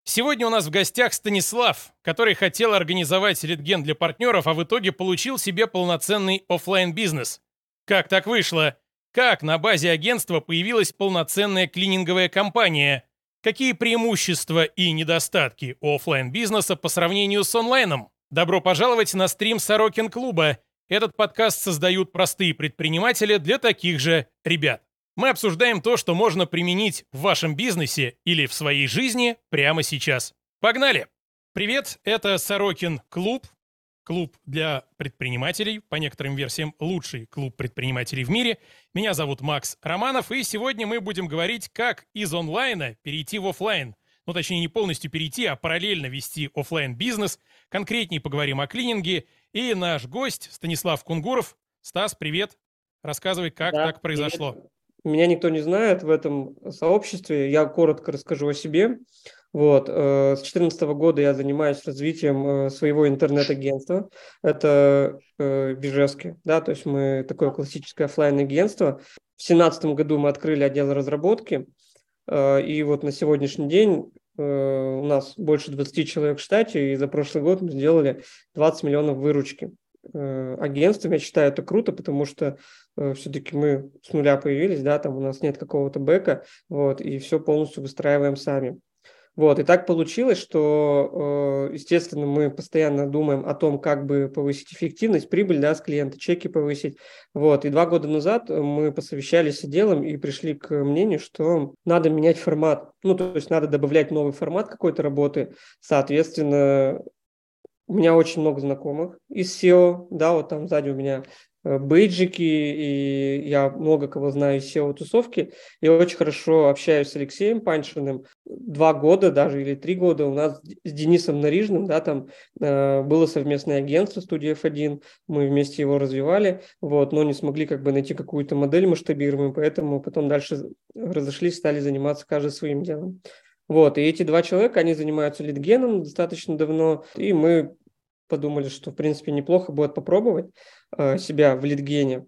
Сегодня у нас в гостях Станислав, который хотел организовать литген для партнеров, а в итоге получил себе полноценный оффлайн бизнес. Как так вышло? Как на базе агентства появилась полноценная клининговая компания? Какие преимущества и недостатки у оффлайн бизнеса по сравнению с онлайном? Добро пожаловать на стрим Сорокин клуба. Этот подкаст создают простые предприниматели для таких же ребят. Мы обсуждаем то, что можно применить в вашем бизнесе или в своей жизни прямо сейчас. Погнали! Привет, это Сорокин клуб. Клуб для предпринимателей, по некоторым версиям лучший клуб предпринимателей в мире. Меня зовут Макс Романов, и сегодня мы будем говорить, как из онлайна перейти в офлайн. Ну, точнее, не полностью перейти, а параллельно вести офлайн бизнес. Конкретнее поговорим о клининге. И наш гость Станислав Кунгуров. Стас, привет. Рассказывай, как Да, так привет. произошло. Меня никто не знает в этом сообществе. Я коротко расскажу о себе. С 2014 года я занимаюсь развитием своего интернет-агентства. Это в Ижевске, да, то есть мы такое классическое оффлайн-агентство. В 2017 году мы открыли отдел разработки, и вот на сегодняшний день у нас больше 20 человек в штате, и за прошлый год мы сделали 20 миллионов выручки агентством. Я считаю, это круто, потому что все-таки мы с нуля появились, да, там у нас нет какого-то бэка, вот, и все полностью выстраиваем сами. Вот, и так получилось, что, естественно, мы постоянно думаем о том, как бы повысить эффективность, прибыль, да, с клиента, чеки повысить. Вот, и 2 года назад мы посовещались с отделом и пришли к мнению, что надо менять формат. Ну, то есть надо добавлять новый формат какой-то работы. Соответственно, у меня очень много знакомых из SEO, да, вот там сзади у меня бейджики, и я много кого знаю из SEO-тусовки. Я очень хорошо общаюсь с Алексеем Паншиным. 2 года даже или 3 года у нас с Денисом Нарижным, да, там было совместное агентство студия F1, мы вместе его развивали, вот, но не смогли как бы найти какую-то модель масштабируемую, поэтому потом дальше разошлись, стали заниматься каждый своим делом. Вот, и эти два человека, они занимаются лидгеном достаточно давно, и мы подумали, что, в принципе, неплохо будет попробовать себя в литгене,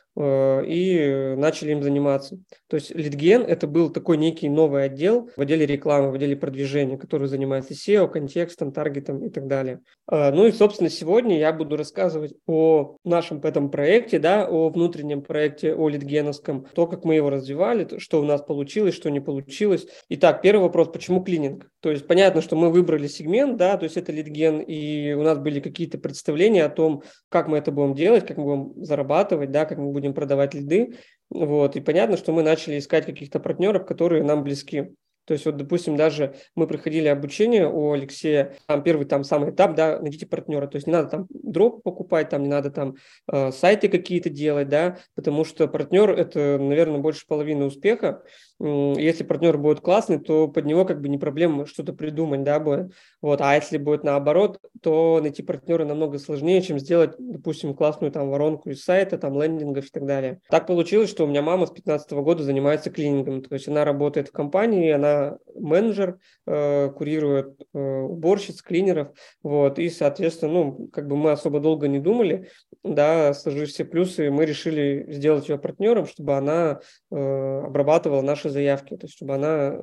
и начали им заниматься. То есть литген – это был такой некий новый отдел в отделе рекламы, в отделе продвижения, который занимается SEO, контекстом, таргетом и так далее. Ну и, собственно, сегодня я буду рассказывать о нашем этом проекте, да, о внутреннем проекте, о литгеновском, то, как мы его развивали, что у нас получилось, что не получилось. Итак, первый вопрос – почему клининг? То есть понятно, что мы выбрали сегмент, да, то есть это литген, и у нас были какие-то представления о том, как мы это будем делать, как мы будем зарабатывать, да, как мы будем продавать лиды. Вот. И понятно, что мы начали искать каких-то партнеров, которые нам близки. То есть, вот, допустим, даже мы проходили обучение у Алексея, там первый там самый этап, да, найдите партнера. То есть не надо там дроп покупать, там не надо там сайты какие-то делать, да, потому что партнер – это, наверное, больше половины успеха. Если партнер будет классный, то под него как бы не проблема что-то придумать, да, будет. Вот. А если будет наоборот, то найти партнера намного сложнее, чем сделать, допустим, классную там воронку из сайта, там лендингов и так далее. Так получилось, что у меня мама с 2015 года занимается клинингом, то есть она работает в компании, она менеджер, курирует уборщиц, клинеров, вот, и, соответственно, ну, как бы мы особо долго не думали, да, сложились все плюсы, мы решили сделать ее партнером, чтобы она обрабатывала наши заявки, то есть чтобы она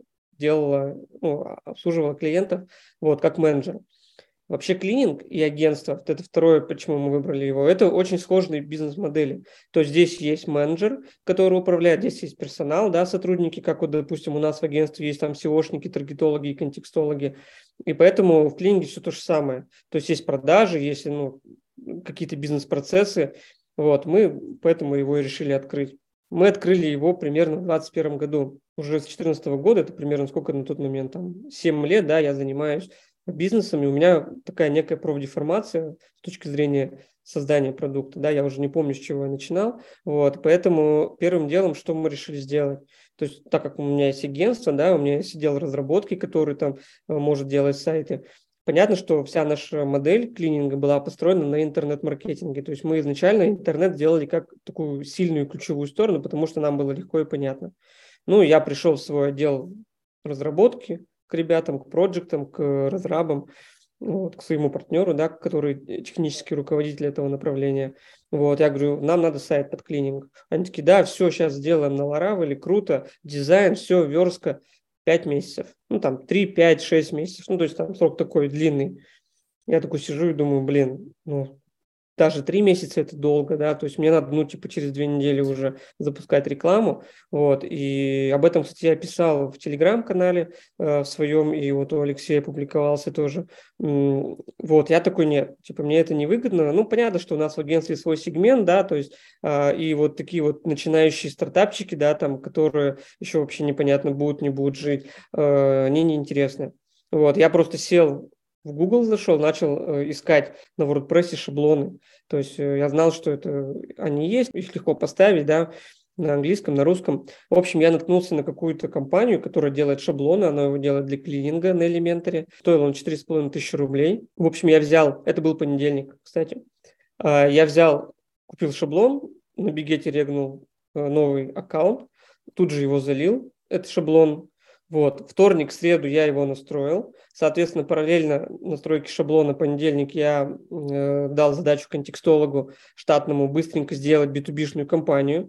делала, ну, обслуживала клиентов, вот, как менеджер. Вообще клининг и агентство, вот это второе, почему мы выбрали его, это очень сложные бизнес-модели. То есть здесь есть менеджер, который управляет, здесь есть персонал, да, сотрудники, как вот, допустим, у нас в агентстве есть там SEOшники, таргетологи и контекстологи. И поэтому в клининге все то же самое. То есть есть продажи, есть, ну, какие-то бизнес-процессы. Вот, мы поэтому его и решили открыть. Мы открыли его примерно в 2021 году. Уже с 2014 года, это примерно сколько на тот момент, там, 7 лет, да, я занимаюсь бизнесом, и у меня такая некая профдеформация с точки зрения создания продукта, да, я уже не помню, с чего я начинал, вот, поэтому первым делом, что мы решили сделать, то есть так как у меня есть агентство, да, у меня есть отдел разработки, который там может делать сайты, понятно, что вся наша модель клининга была построена на интернет-маркетинге, то есть мы изначально интернет делали как такую сильную ключевую сторону, потому что нам было легко и понятно. Ну, я пришел в свой отдел разработки, к ребятам, к проектам, к разрабам, вот, к своему партнеру, да, который технический руководитель этого направления. Вот, я говорю, нам надо сайт под клининг. Они такие, да, все, сейчас сделаем на Laravel, круто, дизайн, все, верстка. 5 месяцев. Ну, там 3, 5, 6 месяцев. Ну, то есть там срок такой длинный. Я такой сижу и думаю, блин, ну, даже 3 месяца это долго, да, то есть мне надо, ну, типа, через 2 недели уже запускать рекламу, вот, и об этом, кстати, я писал в Телеграм-канале в своем, и вот у Алексея публиковался тоже, вот, я такой, нет, типа, мне это невыгодно, ну, понятно, что у нас в агентстве свой сегмент, да, то есть, и вот такие вот начинающие стартапчики, да, там, которые еще вообще непонятно будут, не будут жить, они неинтересны. Вот, я просто сел в Google зашел, начал искать на WordPress шаблоны. То есть я знал, что это они есть, их легко поставить, да, на английском, на русском. В общем, я наткнулся на какую-то компанию, которая делает шаблоны, она его делает для клининга на Elementor. Стоил он 4500 рублей. В общем, я взял, это был понедельник, кстати, я взял, купил шаблон, на Бигете регнул новый аккаунт, тут же его залил, этот шаблон. Вот, вторник, среду я его настроил. Соответственно, параллельно настройки шаблона понедельник я дал задачу контекстологу штатному быстренько сделать B2B-шную кампанию.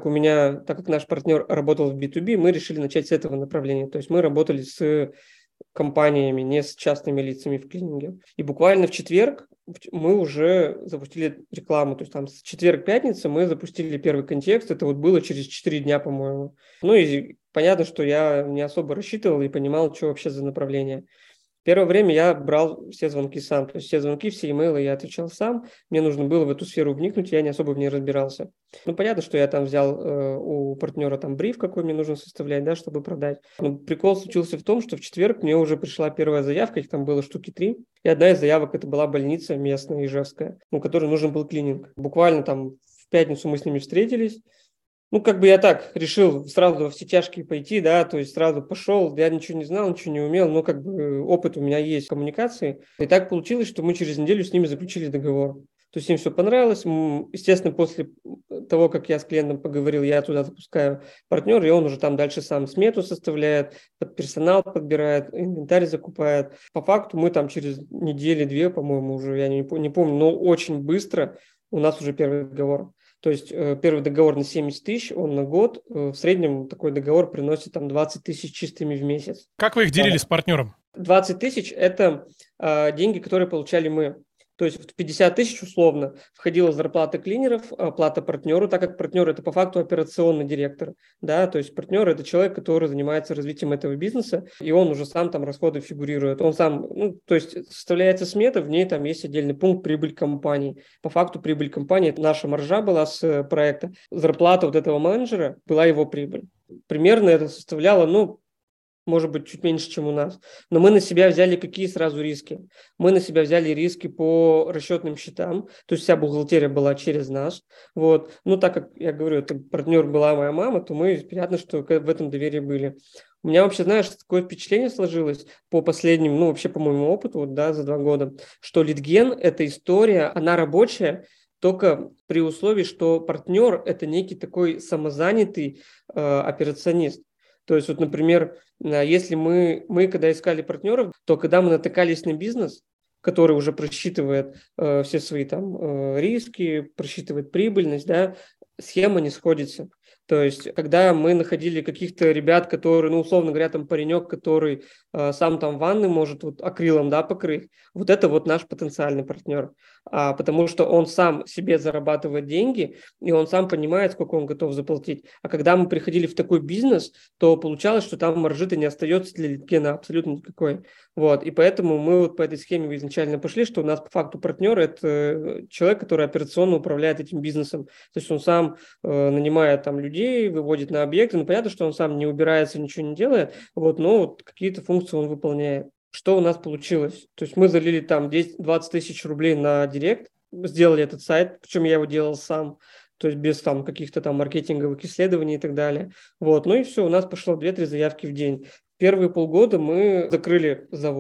Так как наш партнер работал в B2B, мы решили начать с этого направления. То есть мы работали с компаниями, не с частными лицами в клининге. И буквально в четверг мы уже запустили рекламу. То есть там с четверг-пятница мы запустили первый контекст. Это вот было через 4 дня, по-моему. Ну и понятно, что я не особо рассчитывал и понимал, что вообще за направление. Первое время я брал все звонки сам, то есть все звонки, все имейлы я отвечал сам. Мне нужно было в эту сферу вникнуть, я не особо в ней разбирался. Ну, понятно, что я там взял у партнера там бриф, какой мне нужно составлять, да, чтобы продать. Но прикол случился в том, что в четверг мне уже пришла первая заявка, их там было штуки 3. И одна из заявок это была больница местная, Ижевская, у которой нужен был клининг. Буквально там в пятницу мы с ними встретились. Ну, как бы я так решил сразу во все тяжкие пойти, да, то есть сразу пошел, я ничего не знал, ничего не умел, но как бы опыт у меня есть в коммуникации. И так получилось, что мы через неделю с ними заключили договор. То есть им все понравилось. Естественно, после того, как я с клиентом поговорил, я туда запускаю партнера, и он уже там дальше сам смету составляет, под персонал подбирает, инвентарь закупает. По факту мы там через недели-две, по-моему, уже, я не помню, но очень быстро у нас уже первый договор. То есть первый договор на 70 тысяч, он на год. В среднем такой договор приносит там 20 тысяч чистыми в месяц. Как вы их делили с партнером? 20 тысяч – это деньги, которые получали мы. То есть в 50 тысяч условно входила зарплата клинеров, плата партнеру, так как партнер – это по факту операционный директор. Да? То есть партнер – это человек, который занимается развитием этого бизнеса, и он уже сам там расходы фигурирует. Он сам, ну, то есть составляется смета, в ней там есть отдельный пункт прибыль компании. По факту прибыль компании – это наша маржа была с проекта. Зарплата вот этого менеджера была его прибыль. Примерно это составляло, ну, может быть, чуть меньше, чем у нас. Но мы на себя взяли какие сразу риски? Мы на себя взяли риски по расчетным счетам, то есть вся бухгалтерия была через нас. Вот. Ну, так как, я говорю, это партнер была моя мама, то мы, понятно, что в этом доверии были. У меня вообще, знаешь, такое впечатление сложилось по последним, ну, вообще по моему опыту, вот, да, за 2 года, что лидген – это история, она рабочая, только при условии, что партнер – это некий такой самозанятый операционист. То есть, вот, например, если мы когда искали партнеров, то когда мы натыкались на бизнес, который уже просчитывает все свои там риски, просчитывает прибыльность, да, схема не сходится. То есть, когда мы находили каких-то ребят, которые, ну, условно говоря, там паренек, который сам там ванны может вот акрилом, да, покрыть, вот это вот наш потенциальный партнер. Потому что он сам себе зарабатывает деньги, и он сам понимает, сколько он готов заплатить. А когда мы приходили в такой бизнес, то получалось, что там маржи-то не остается для литгена абсолютно никакой. Вот. И поэтому мы вот по этой схеме изначально пошли, что у нас по факту партнер – это человек, который операционно управляет этим бизнесом. То есть он сам нанимает там людей, выводит на объекты. Ну, понятно, что он сам не убирается, ничего не делает, вот, но вот какие-то функции он выполняет. Что у нас получилось? То есть мы залили там 10-20 тысяч рублей на директ, сделали этот сайт, причем я его делал сам, то есть без там каких-то там маркетинговых исследований и так далее. Вот, ну и все, у нас пошло 2-3 заявки в день. Первые полгода мы закрыли завод,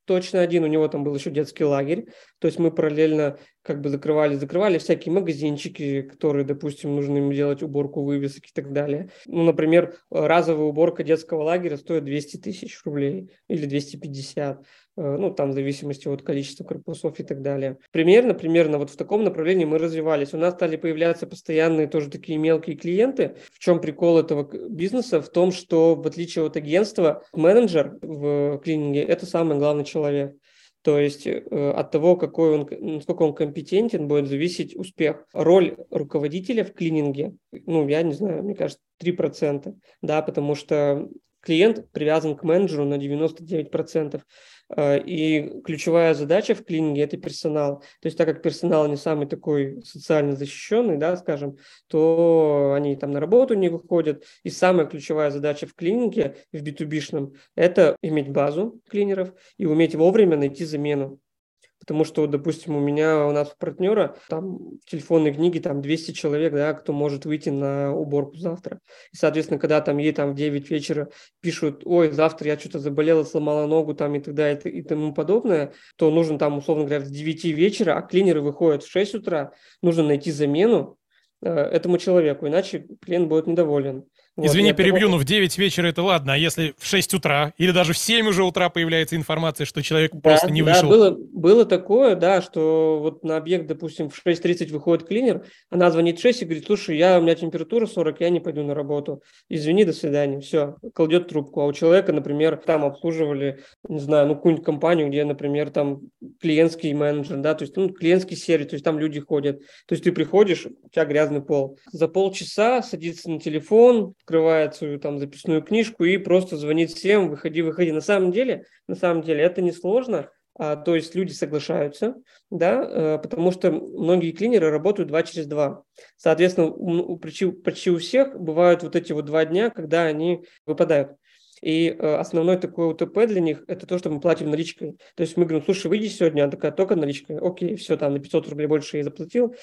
точно один, у него там был еще детский лагерь, то есть мы параллельно как бы закрывали всякие магазинчики, которые, допустим, нужно им делать уборку вывесок и так далее. Ну, например, разовая уборка детского лагеря стоит 200 тысяч рублей или 250, ну, там в зависимости от количества корпусов и так далее. Примерно вот в таком направлении мы развивались. У нас стали появляться постоянные тоже такие мелкие клиенты. В чем прикол этого бизнеса? В том, что в отличие от агентства, менеджер в клининге – это самый главный человек. То есть от того, насколько он компетентен, будет зависеть успех. Роль руководителя в клининге, ну, я не знаю, мне кажется, 3%, да, потому что клиент привязан к менеджеру на 99%. И ключевая задача в клининге – это персонал. То есть так как персонал не самый такой социально защищенный, да, скажем, то они там на работу не выходят. И самая ключевая задача в клининге, в B2B-шном, это иметь базу клинеров и уметь вовремя найти замену. Потому что, допустим, у нас у партнера там в телефонной книге там 200 человек, да, кто может выйти на уборку завтра. И, соответственно, когда там ей там в 9 вечера пишут, ой, завтра я что-то заболела, сломала ногу там и так далее и тому подобное, то нужно там, условно говоря, с 9 вечера, а клинеры выходят в 6 утра, нужно найти замену этому человеку, иначе клиент будет недоволен. Вот, Извини, перебью, но в 9 вечера это ладно, а если в 6 утра или даже в 7 уже утра появляется информация, что человек просто не вышел? Да, было такое, да, что вот на объект, допустим, в 6:30 выходит клинер, она звонит в 6 и говорит, слушай, у меня температура 40, я не пойду на работу, извини, до свидания, все, кладет трубку. А у человека, например, там обслуживали, не знаю, ну, какую-нибудь компанию, где, например, там клиентский менеджер, да, то есть, ну, клиентский сервис, то есть там люди ходят, то есть ты приходишь, у тебя грязный пол. За полчаса садится на телефон, открывает свою там записную книжку и просто звонит всем, выходи. На самом деле это несложно, то есть люди соглашаются, да, потому что многие клинеры работают 2 через 2. Соответственно, почти у всех бывают вот эти вот 2 дня, когда они выпадают. И основной такой УТП для них – это то, что мы платим наличкой. То есть мы говорим, слушай, выйди сегодня, она такая, только наличкой. Окей, все, там на 500 рублей больше я заплатил,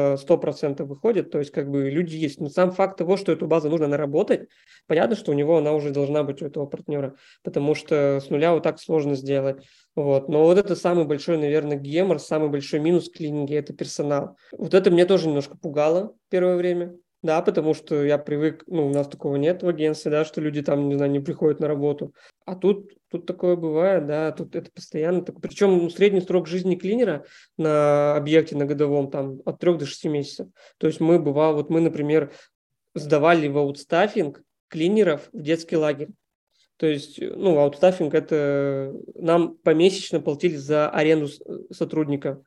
100% выходит. То есть как бы люди есть. Но сам факт того, что эту базу нужно наработать, понятно, что у него она уже должна быть у этого партнера, потому что с нуля вот так сложно сделать. Вот. Но вот это самый большой, наверное, гемор, самый большой минус клининги – это персонал. Вот это меня тоже немножко пугало первое время. Да, потому что я привык, ну, у нас такого нет в агентстве, да, что люди там, не знаю, не приходят на работу. А тут такое бывает, да, тут это постоянно. Причем средний срок жизни клинера на объекте, на годовом, там, от 3 до 6 месяцев. То есть мы, например, сдавали в аутстаффинг клинеров в детский лагерь. То есть, ну, аутстаффинг – это нам помесячно платили за аренду сотрудника.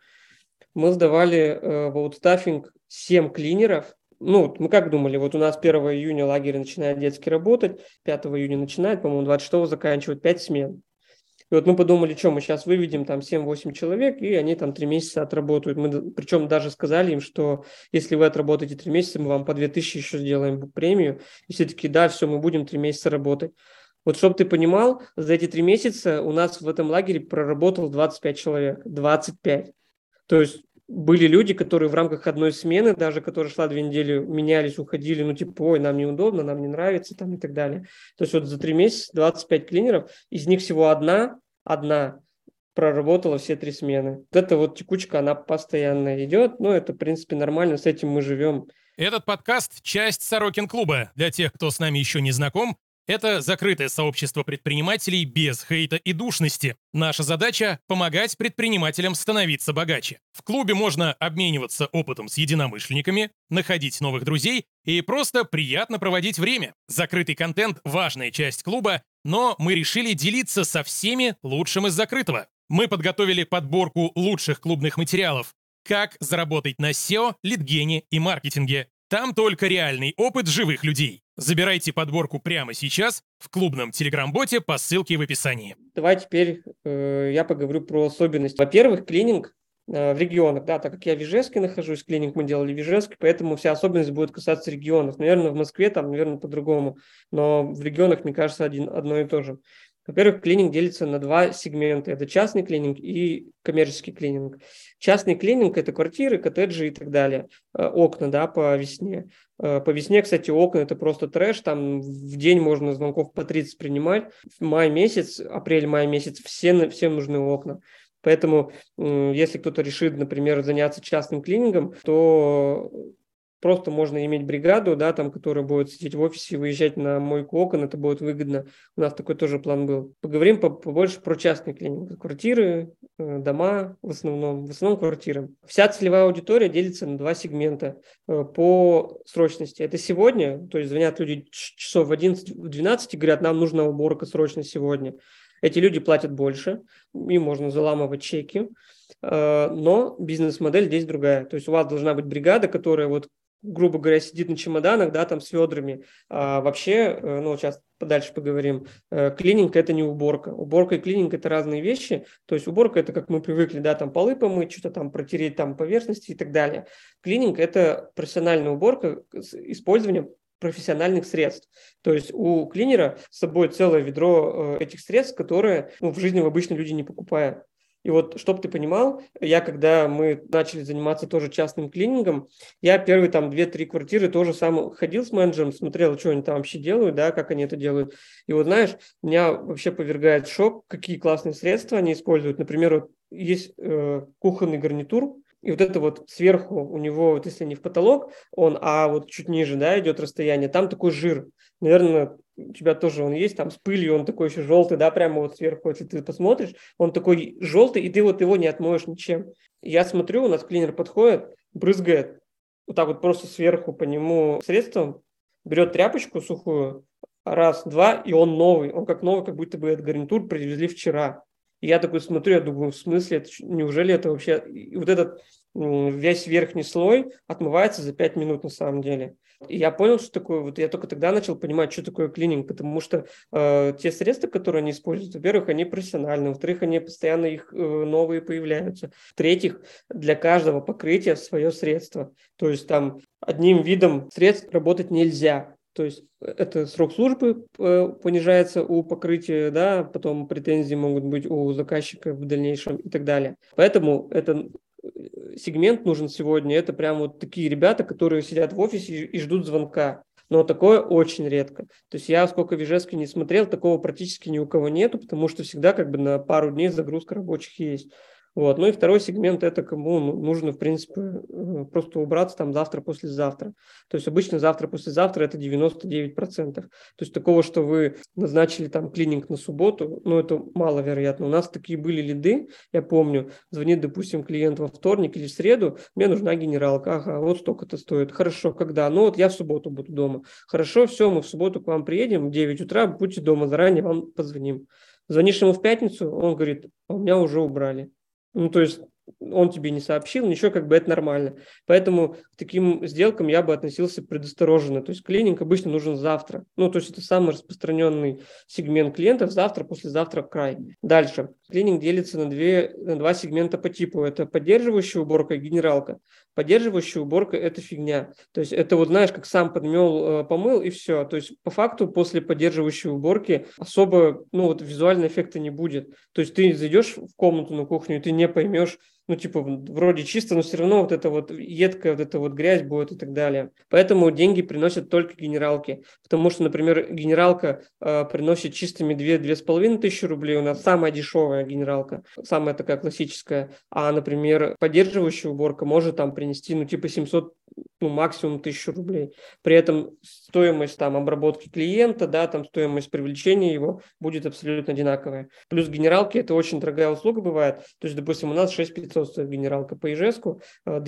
Мы сдавали в аутстаффинг 7 клинеров. Ну, мы как думали, вот у нас 1 июня лагерь начинает детский работать, 5 июня начинает, по-моему, 26 заканчивают 5 смен. И вот мы подумали, что мы сейчас выведем там 7-8 человек, и они там 3 месяца отработают. Мы причем даже сказали им, что если вы отработаете 3 месяца, мы вам по 2000 еще сделаем премию. И все таки да, все, мы будем 3 месяца работать. Вот чтобы ты понимал, за эти 3 месяца у нас в этом лагере проработал 25 человек. 25. То есть были люди, которые в рамках одной смены, даже которая шла 2 недели, менялись, уходили, ну типа, ой, нам неудобно, нам не нравится там и так далее. То есть вот за 3 месяца 25 клинеров, из них всего одна проработала все 3 смены. Вот эта вот текучка, она постоянно идет, но это, в принципе, нормально, с этим мы живем. Этот подкаст – часть Сорокин-клуба. Для тех, кто с нами еще не знаком, это закрытое сообщество предпринимателей без хейта и душности. Наша задача – помогать предпринимателям становиться богаче. В клубе можно обмениваться опытом с единомышленниками, находить новых друзей и просто приятно проводить время. Закрытый контент – важная часть клуба, но мы решили делиться со всеми лучшим из закрытого. Мы подготовили подборку лучших клубных материалов. Как заработать на SEO, лидгене и маркетинге. Там только реальный опыт живых людей. Забирайте подборку прямо сейчас в клубном телеграм-боте по ссылке в описании. Давай теперь я поговорю про особенности. Во-первых, клининг в регионах, да, так как я в Ижевске нахожусь, клининг мы делали в Ижевске, поэтому вся особенность будет касаться регионов. Наверное, в Москве там, наверное, по-другому, но в регионах, мне кажется, одно и то же. Во-первых, клининг делится на два сегмента. Это частный клининг и коммерческий клининг. Частный клининг – это квартиры, коттеджи и так далее. Окна, да, по весне. По весне, кстати, окна – это просто трэш. Там в день можно звонков по 30 принимать. В май месяц, апрель-май месяц всем нужны окна. Поэтому, если кто-то решит, например, заняться частным клинингом, то просто можно иметь бригаду, да, там, которая будет сидеть в офисе и выезжать на мойку окон, это будет выгодно. У нас такой тоже план был. Поговорим побольше про частный клининг. Квартиры, дома в основном квартиры. Вся целевая аудитория делится на два сегмента по срочности. Это сегодня, то есть звонят люди часов в 11-12 и говорят, нам нужна уборка срочно сегодня. Эти люди платят больше, им можно заламывать чеки, но бизнес-модель здесь другая. То есть у вас должна быть бригада, которая вот, грубо говоря, сидит на чемоданах, да, там с ведрами. А вообще, ну, сейчас подальше поговорим, клининг – это не уборка. Уборка и клининг – это разные вещи. То есть уборка – это, как мы привыкли, да, там полы помыть, что-то там протереть там поверхности и так далее. Клининг – это профессиональная уборка с использованием профессиональных средств. То есть у клинера с собой целое ведро этих средств, которые в жизни обычно люди не покупают. И вот, чтобы ты понимал, когда мы начали заниматься тоже частным клинингом, я первые там 2-3 квартиры тоже сам ходил с менеджером, смотрел, что они там вообще делают, да, как они это делают. И вот, знаешь, меня вообще повергает в шок, какие классные средства они используют. Например, вот есть кухонный гарнитур, и вот это вот сверху у него, вот если не в потолок, а вот чуть ниже, да, идет расстояние, там такой жир. Наверное, у тебя тоже он есть, там с пылью, он такой еще желтый, да, прямо вот сверху, если ты посмотришь, он такой желтый, и ты вот его не отмоешь ничем. Я смотрю, у нас клинер подходит, брызгает вот так вот просто сверху по нему средством, берет тряпочку сухую, раз, два, и он новый, он как новый, как будто бы этот гарнитур привезли вчера. И я такой смотрю, я думаю, в смысле, неужели это вообще... И вот этот весь верхний слой отмывается за 5 минут на самом деле. И я понял, что такое, вот я только тогда начал понимать, что такое клининг, потому что те средства, которые они используют, во-первых, они профессиональные, во-вторых, они постоянно их новые появляются, в-третьих, для каждого покрытия свое средство. То есть там одним видом средств работать нельзя. То есть это срок службы понижается у покрытия, да, потом претензии могут быть у заказчика в дальнейшем и так далее. Поэтому это сегмент нужен сегодня. Это прям вот такие ребята, которые сидят в офисе и ждут звонка. Но такое очень редко. То есть я сколько в Ижевске не смотрел, такого практически ни у кого нету, потому что всегда как бы на пару дней загрузка рабочих есть. Вот. Ну и второй сегмент – это кому нужно, в принципе, просто убраться там завтра-послезавтра. То есть обычно завтра-послезавтра – это 99%. То есть такого, что вы назначили там клининг на субботу, ну это маловероятно. У нас такие были лиды, я помню, звонит, допустим, клиент во вторник или в среду, мне нужна генералка, ага, вот столько-то стоит. Хорошо, когда? Ну вот я в субботу буду дома. Хорошо, все, мы в субботу к вам приедем в 9 утра, будьте дома заранее, вам позвоним. Звонишь ему в пятницу, он говорит, а у меня уже убрали. Ну, то есть он тебе не сообщил, ничего, как бы это нормально. Поэтому к таким сделкам я бы относился предосторожно. То есть клининг обычно нужен завтра. Ну, то есть это самый распространенный сегмент клиентов завтра, послезавтра край. Дальше. Клининг делится на два сегмента по типу. Это поддерживающая уборка и генералка. Поддерживающая уборка – это фигня. То есть это вот, знаешь, как сам подмел, помыл и все. То есть по факту после поддерживающей уборки особо, ну, вот визуального эффекта не будет. То есть ты зайдешь в комнату на кухню, и ты не поймешь, ну, типа, вроде чисто, но все равно вот эта вот едкая, вот эта вот грязь будет и так далее. Поэтому деньги приносят только генералки. Потому что, например, генералка приносит чистыми 2-2,5 тысячи рублей. У нас самая дешевая генералка, самая такая классическая. А, например, поддерживающая уборка может там принести, ну, типа 700, ну, максимум 1000 рублей. При этом стоимость там обработки клиента, да, там стоимость привлечения его будет абсолютно одинаковая. Плюс генералки – это очень дорогая услуга бывает. То есть, допустим, у нас 6500 стоит генералка по Ижевску,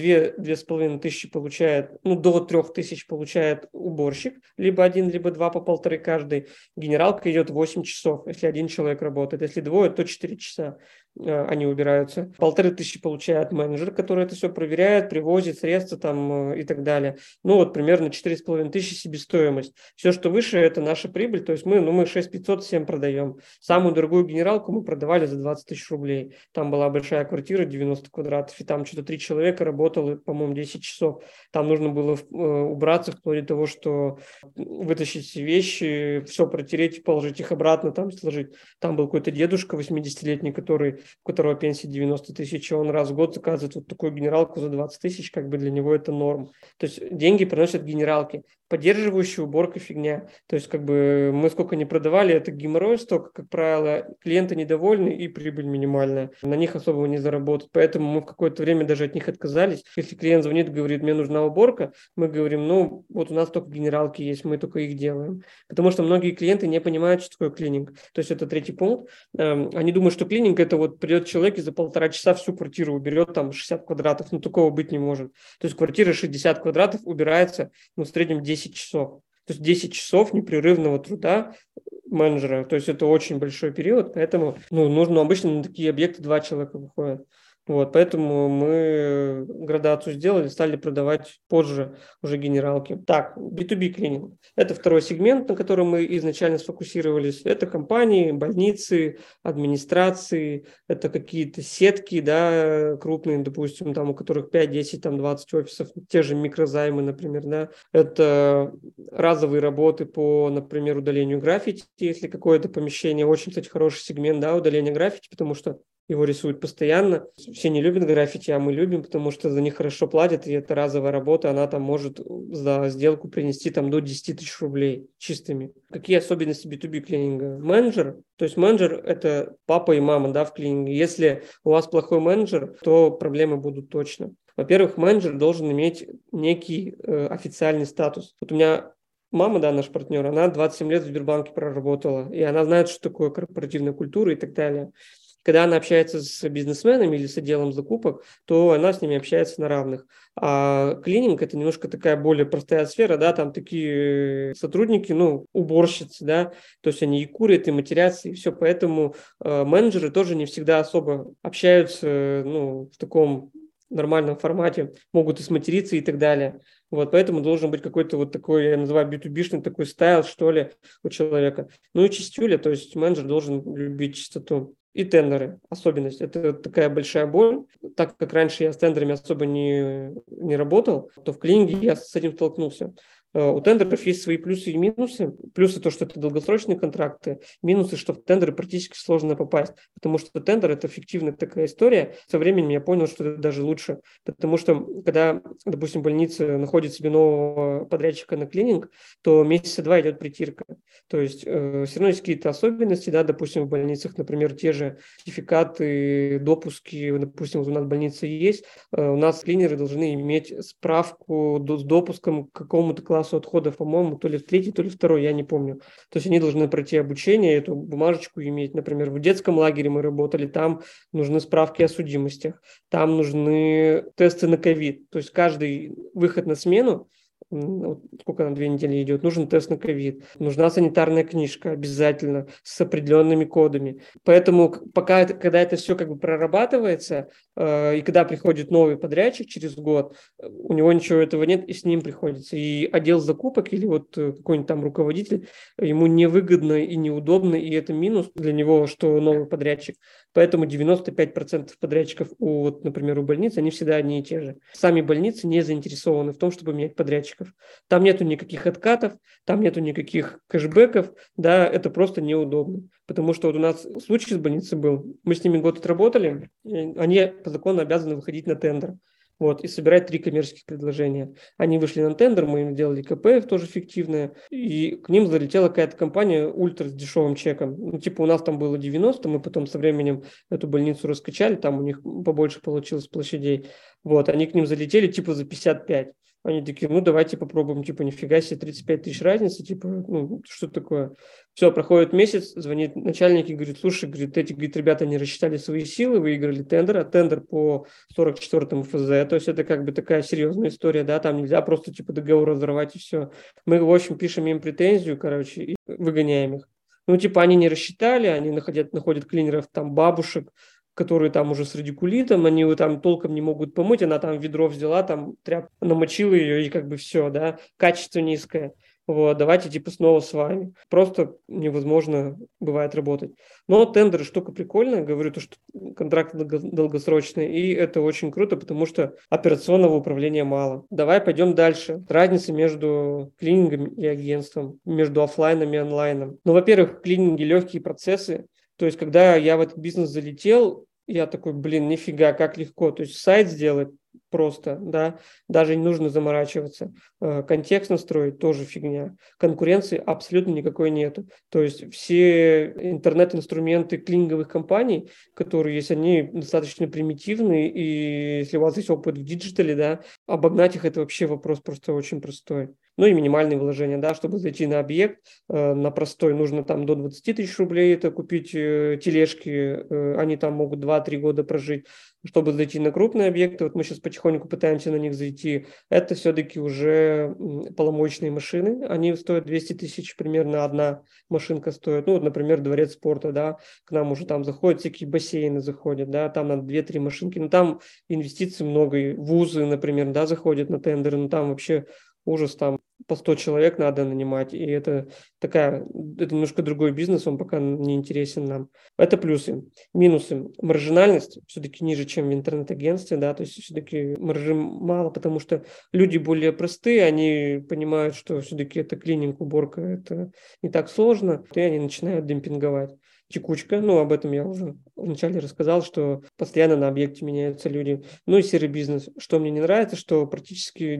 2500 получает, ну, до 3000 получает уборщик, либо один, либо два по полторы каждый. Генералка идет 8 часов, если один человек работает. Если двое, то 4 часа. они убираются. 1500 получает менеджер, который это все проверяет, привозит средства там и так далее. Ну вот примерно 4500 себестоимость. Все, что выше, это наша прибыль, то есть мы 6500 всем продаем. Самую дорогую генералку мы продавали за 20 тысяч рублей. Там была большая квартира, 90 квадратов, и там что-то 3 человека работало, по-моему, 10 часов. Там нужно было убраться вплоть до того, что вытащить все вещи, все протереть, положить их обратно, там сложить. Там был какой-то дедушка 80-летний, у которого пенсия 90 тысяч, и он раз в год заказывает вот такую генералку за 20 тысяч, как бы для него это норм. То есть деньги приносят генералки. Поддерживающая уборка фигня. То есть как бы мы сколько не продавали, это геморрой столько, как правило, клиенты недовольны и прибыль минимальная. На них особо не заработать. Поэтому мы в какое-то время даже от них отказались. Если клиент звонит и говорит, мне нужна уборка, мы говорим, ну вот у нас только генералки есть, мы только их делаем. Потому что многие клиенты не понимают, что такое клининг. То есть это третий пункт. Они думают, что клининг это вот придет человек и за 1,5 часа всю квартиру уберет, там 60 квадратов. Ну такого быть не может. То есть квартира 60 квадратов убирается, ну в среднем 10 часов. То есть 10 часов непрерывного труда менеджера. То есть это очень большой период, поэтому нужно обычно на такие объекты 2 человека выходят. Вот, поэтому мы градацию сделали, стали продавать позже уже генералки. Так, B2B клининг. Это второй сегмент, на котором мы изначально сфокусировались. Это компании, больницы, администрации, это какие-то сетки, да, крупные, допустим, там, у которых 5, 10, там, 20 офисов, те же микрозаймы, например, да. Это разовые работы по, например, удалению граффити, если какое-то помещение, очень, кстати, хороший сегмент, да, удаление граффити, потому что его рисуют постоянно. Все не любят граффити, а мы любим, потому что за них хорошо платят, и это разовая работа, она там может за сделку принести там до 10 тысяч рублей чистыми. Какие особенности B2B клининга? Менеджер, то есть менеджер – это папа и мама, да, в клининге. Если у вас плохой менеджер, то проблемы будут точно. Во-первых, менеджер должен иметь некий официальный статус. Вот у меня мама, да, наш партнер, она 27 лет в Сбербанке проработала, и она знает, что такое корпоративная культура и так далее. Когда она общается с бизнесменами или с отделом закупок, то она с ними общается на равных. А клининг – это немножко такая более простая сфера, да, там такие сотрудники, уборщицы, да, то есть они и курят, и матерятся, и все, поэтому менеджеры тоже не всегда особо общаются, в таком нормальном формате, могут и сматериться и так далее. Вот, поэтому должен быть какой-то вот такой, я называю B2B-шный такой стайл, что ли, у человека. Ну и чистюля, то есть менеджер должен любить чистоту. И тендеры, особенность. Это такая большая боль. Так как раньше я с тендерами особо не работал, то в клининге я с этим столкнулся. У тендеров есть свои плюсы и минусы. Плюсы то, что это долгосрочные контракты. Минусы, что в тендеры практически сложно попасть. Потому что тендер – это фиктивная такая история. Со временем я понял, что это даже лучше. Потому что когда, допустим, больница находит себе нового подрядчика на клининг, то месяца 2 идет притирка. То есть все равно есть какие-то особенности. Да, допустим, в больницах, например, те же сертификаты, допуски. Допустим, у нас больница есть. У нас клинеры должны иметь справку с допуском к какому-то классу отходов, по-моему, то ли в третий, то ли второй, я не помню. То есть они должны пройти обучение, эту бумажечку иметь. Например, в детском лагере мы работали, там нужны справки о судимостях, там нужны тесты на ковид. То есть каждый выход на смену, вот сколько на 2 недели идет, нужен тест на ковид, нужна санитарная книжка обязательно с определенными кодами. Поэтому когда это все как бы прорабатывается, и когда приходит новый подрядчик через год, у него ничего этого нет, и с ним приходится. И отдел закупок или вот какой-нибудь там руководитель, ему невыгодно и неудобно, и это минус для него, что новый подрядчик. Поэтому 95% подрядчиков, например, у больниц, они всегда одни и те же. Сами больницы не заинтересованы в том, чтобы менять подрядчиков. Там нету никаких откатов, там нету никаких кэшбэков, да, это просто неудобно. Потому что вот у нас случай с больницей был, мы с ними год отработали, они по закону обязаны выходить на тендер. Вот, и собирать 3 коммерческих предложения. Они вышли на тендер, мы им делали КП, тоже фиктивное, и к ним залетела какая-то компания ультра с дешевым чеком. У нас там было 90, мы потом со временем эту больницу раскачали, там у них побольше получилось площадей. Вот, они к ним залетели за 55. Они такие, давайте попробуем, нифига себе, 35 тысяч разницы, что такое? Все, проходит месяц, звонит начальник и говорит, слушай, эти ребята не рассчитали свои силы, выиграли тендер, а тендер по 44-му ФЗ, то есть это как бы такая серьезная история, да, там нельзя просто договор разорвать и все. Мы, в общем, пишем им претензию, и выгоняем их. Они не рассчитали, они находят клинеров, там, бабушек, которые там уже с радикулитом, они его там толком не могут помыть, она там ведро взяла, там тряпку намочила ее, и как бы все, да, качество низкое. Вот, давайте типа снова с вами. Просто невозможно бывает работать. Но тендеры штука прикольная, говорю, то, что контракт долгосрочный, и это очень круто, потому что операционного управления мало. Давай пойдем дальше. Разница между клинингом и агентством, между оффлайном и онлайном. Ну, во-первых, клининги легкие процессы. То есть, когда я в этот бизнес залетел, я такой, блин, нифига, как легко. То есть сайт сделать просто, да, даже не нужно заморачиваться. Контекст настроить тоже фигня. Конкуренции абсолютно никакой нету. То есть все интернет-инструменты клининговых компаний, которые есть, они достаточно примитивные, и если у вас есть опыт в диджитале, да, обогнать их это вообще вопрос просто очень простой. Ну и минимальные вложения, да, чтобы зайти на объект, на простой нужно там до 20 тысяч рублей это купить тележки, они там могут 2-3 года прожить. Чтобы зайти на крупные объекты, вот мы сейчас потихоньку пытаемся на них зайти, это все-таки уже полномочные машины, они стоят 200 тысяч, примерно одна машинка стоит, ну вот, например, дворец спорта, да, к нам уже там заходят всякие бассейны заходят, да, там надо 2-3 машинки, но там инвестиций много, и вузы, например, да, заходят на тендеры, но там вообще ужас, там по 100 человек надо нанимать, и это это немножко другой бизнес, он пока не интересен нам. Это плюсы. Минусы. Маржинальность все-таки ниже, чем в интернет-агентстве, да, то есть все-таки маржи мало, потому что люди более простые, они понимают, что все-таки это клининг, уборка, это не так сложно, и они начинают демпинговать. Текучка, ну, об этом я уже вначале рассказал, что постоянно на объекте меняются люди. Ну и серый бизнес. Что мне не нравится, что практически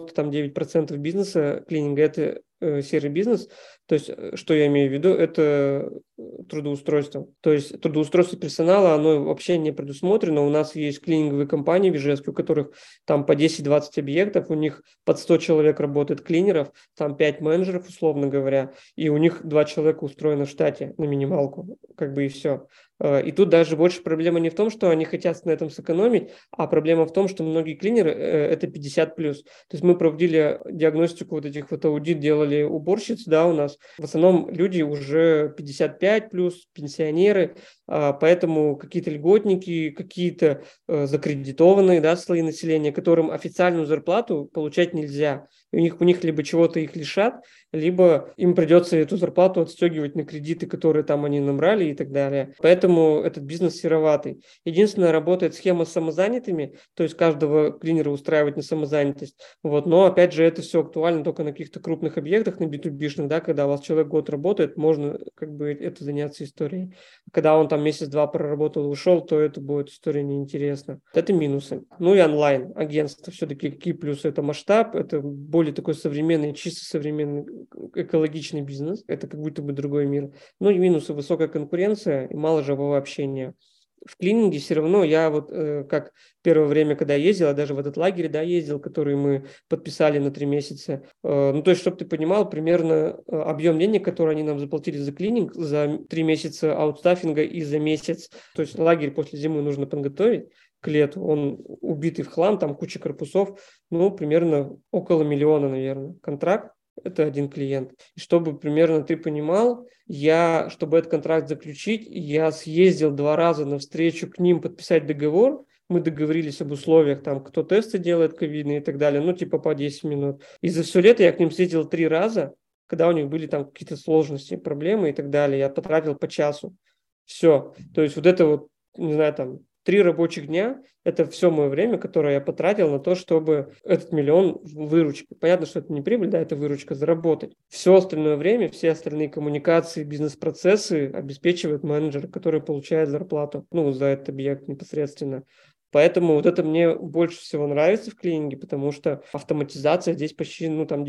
99% бизнеса клининга – это серый бизнес. То есть, что я имею в виду, это трудоустройство. То есть, трудоустройство персонала, оно вообще не предусмотрено. У нас есть клининговые компании в Ижевске, у которых там по 10-20 объектов, у них под 100 человек работает клинеров, там 5 менеджеров, условно говоря, и у них 2 человека устроено в штате на минималку, как бы и все. И тут даже больше проблема не в том, что они хотят на этом сэкономить, а проблема в том, что многие клинеры это 50+. То есть мы проводили диагностику вот этих вот аудит, делали уборщиц, да, у нас. В основном люди уже 55+, пенсионеры, поэтому какие-то льготники, какие-то закредитованные, да, слои населения, которым официальную зарплату получать нельзя. У них либо чего-то их лишат, либо им придется эту зарплату отстегивать на кредиты, которые там они набрали и так далее. Поэтому этот бизнес сероватый. Единственное, работает схема с самозанятыми, то есть каждого клинера устраивать на самозанятость. Вот. Но опять же, это все актуально только на каких-то крупных объектах, на B2B-шных, да, когда у вас человек год работает, можно как бы это заняться историей. Когда он там месяц-два проработал и ушел, то это будет история неинтересна. Это минусы. Ну и онлайн. Агентство все-таки какие плюсы? Это масштаб, это более такой современный, чисто современный экологичный бизнес. Это как будто бы другой мир. Ну и минусы: высокая конкуренция и мало живого общения. В клининге все равно я вот как первое время, когда ездил, а даже в этот лагерь, да, ездил, который мы подписали на 3 месяца. Ну, то есть, чтобы ты понимал, примерно объем денег, который они нам заплатили за клининг, за 3 месяца аутстаффинга и за месяц. То есть лагерь после зимы нужно подготовить к лету. Он убитый в хлам, там куча корпусов. Ну, примерно около 1 миллиона, наверное, контракт. Это один клиент. И чтобы примерно ты понимал, чтобы этот контракт заключить, я съездил 2 раза навстречу к ним подписать договор. Мы договорились об условиях, там, кто тесты делает ковидные и так далее, ну, типа по 10 минут. И за все лето я к ним съездил 3 раза, когда у них были там какие-то сложности, проблемы и так далее. Я потратил по часу. Все. То есть вот это вот, не знаю, там, 3 рабочих дня – это все мое время, которое я потратил на то, чтобы этот 1 миллион выручки. Понятно, что это не прибыль, да, это выручка, заработать. Все остальное время, все остальные коммуникации, бизнес-процессы обеспечивает менеджер, который получает зарплату, ну, за этот объект непосредственно. Поэтому вот это мне больше всего нравится в клининге, потому что автоматизация здесь почти, ну, там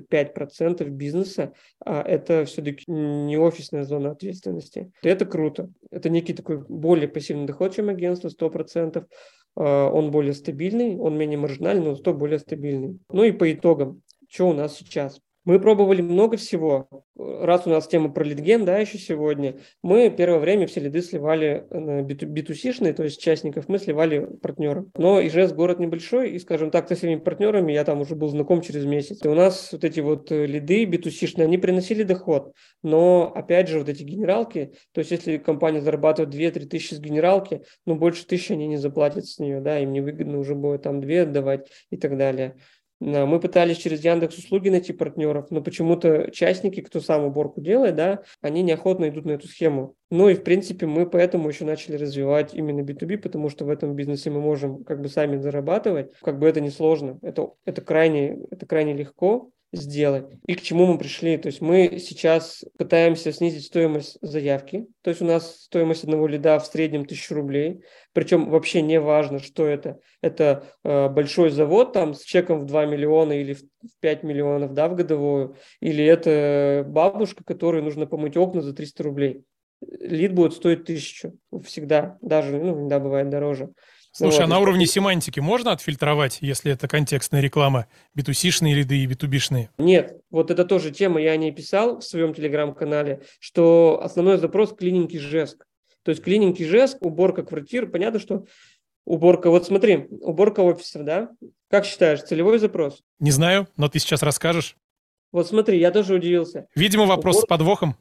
95% бизнеса, это все-таки не офисная зона ответственности. И это круто. Это некий такой более пассивный доход, чем агентство, 100%. Он более стабильный, он менее маржинальный, но зато более стабильный. Ну и по итогам, что у нас сейчас? Мы пробовали много всего. Раз у нас тема про лидген, да, еще сегодня, мы первое время все лиды сливали на B2C-шные, то есть частников, мы сливали партнерам. Но Ижевск город небольшой, и, скажем так, со всеми партнерами я там уже был знаком через месяц. И у нас вот эти вот лиды B2C-шные, они приносили доход. Но, опять же, вот эти генералки, то есть если компания зарабатывает 2-3 тысячи с генералки, ну, больше тысячи они не заплатят с нее, да, им невыгодно уже будет там 2 отдавать и так далее. Да, мы пытались через Яндекс.Услуги найти партнеров, но почему-то частники, кто сам уборку делает, да, они неохотно идут на эту схему. Ну и, в принципе, мы поэтому еще начали развивать именно B2B, потому что в этом бизнесе мы можем как бы сами зарабатывать. Как бы это несложно, это крайне легко сделать. И к чему мы пришли? То есть мы сейчас пытаемся снизить стоимость заявки. То есть у нас стоимость одного лида в среднем 1000 рублей. Причем вообще не важно, что это. Это большой завод там с чеком в 2 миллиона или в 5 миллионов, да, в годовую. Или это бабушка, которой нужно помыть окна за 300 рублей. Лид будет стоить 1000 всегда. Даже, ну, иногда бывает дороже. Слушай, а Вот, и на чтобы... уровне семантики можно отфильтровать, если это контекстная реклама, B2C-шные лиды и B2B-шные? Нет, вот это тоже тема, я о ней писал в своем телеграм-канале, что основной запрос клининг Ижевск. То есть клининг Ижевск, уборка квартир, понятно, что уборка, вот смотри, уборка офисов, да? Как считаешь, целевой запрос? Не знаю, но ты сейчас расскажешь. Вот смотри, я тоже удивился. Видимо, вопрос с Убор... подвохом.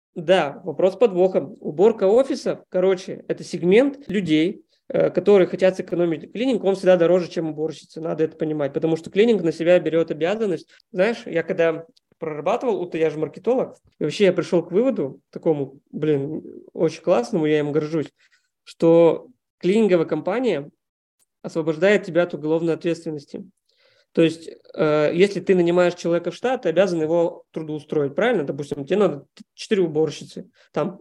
Да, вопрос с подвохом. Уборка офисов, короче, это сегмент людей, которые хотят сэкономить. Клининг, он всегда дороже, чем уборщица, надо это понимать, потому что клининг на себя берет обязанность. Знаешь, я когда прорабатывал, я же маркетолог, и вообще я пришел к выводу, такому, очень классному, я им горжусь, что клининговая компания освобождает тебя от уголовной ответственности. То есть, если ты нанимаешь человека в штат, ты обязан его трудоустроить, правильно? Допустим, тебе надо 4 уборщицы. Там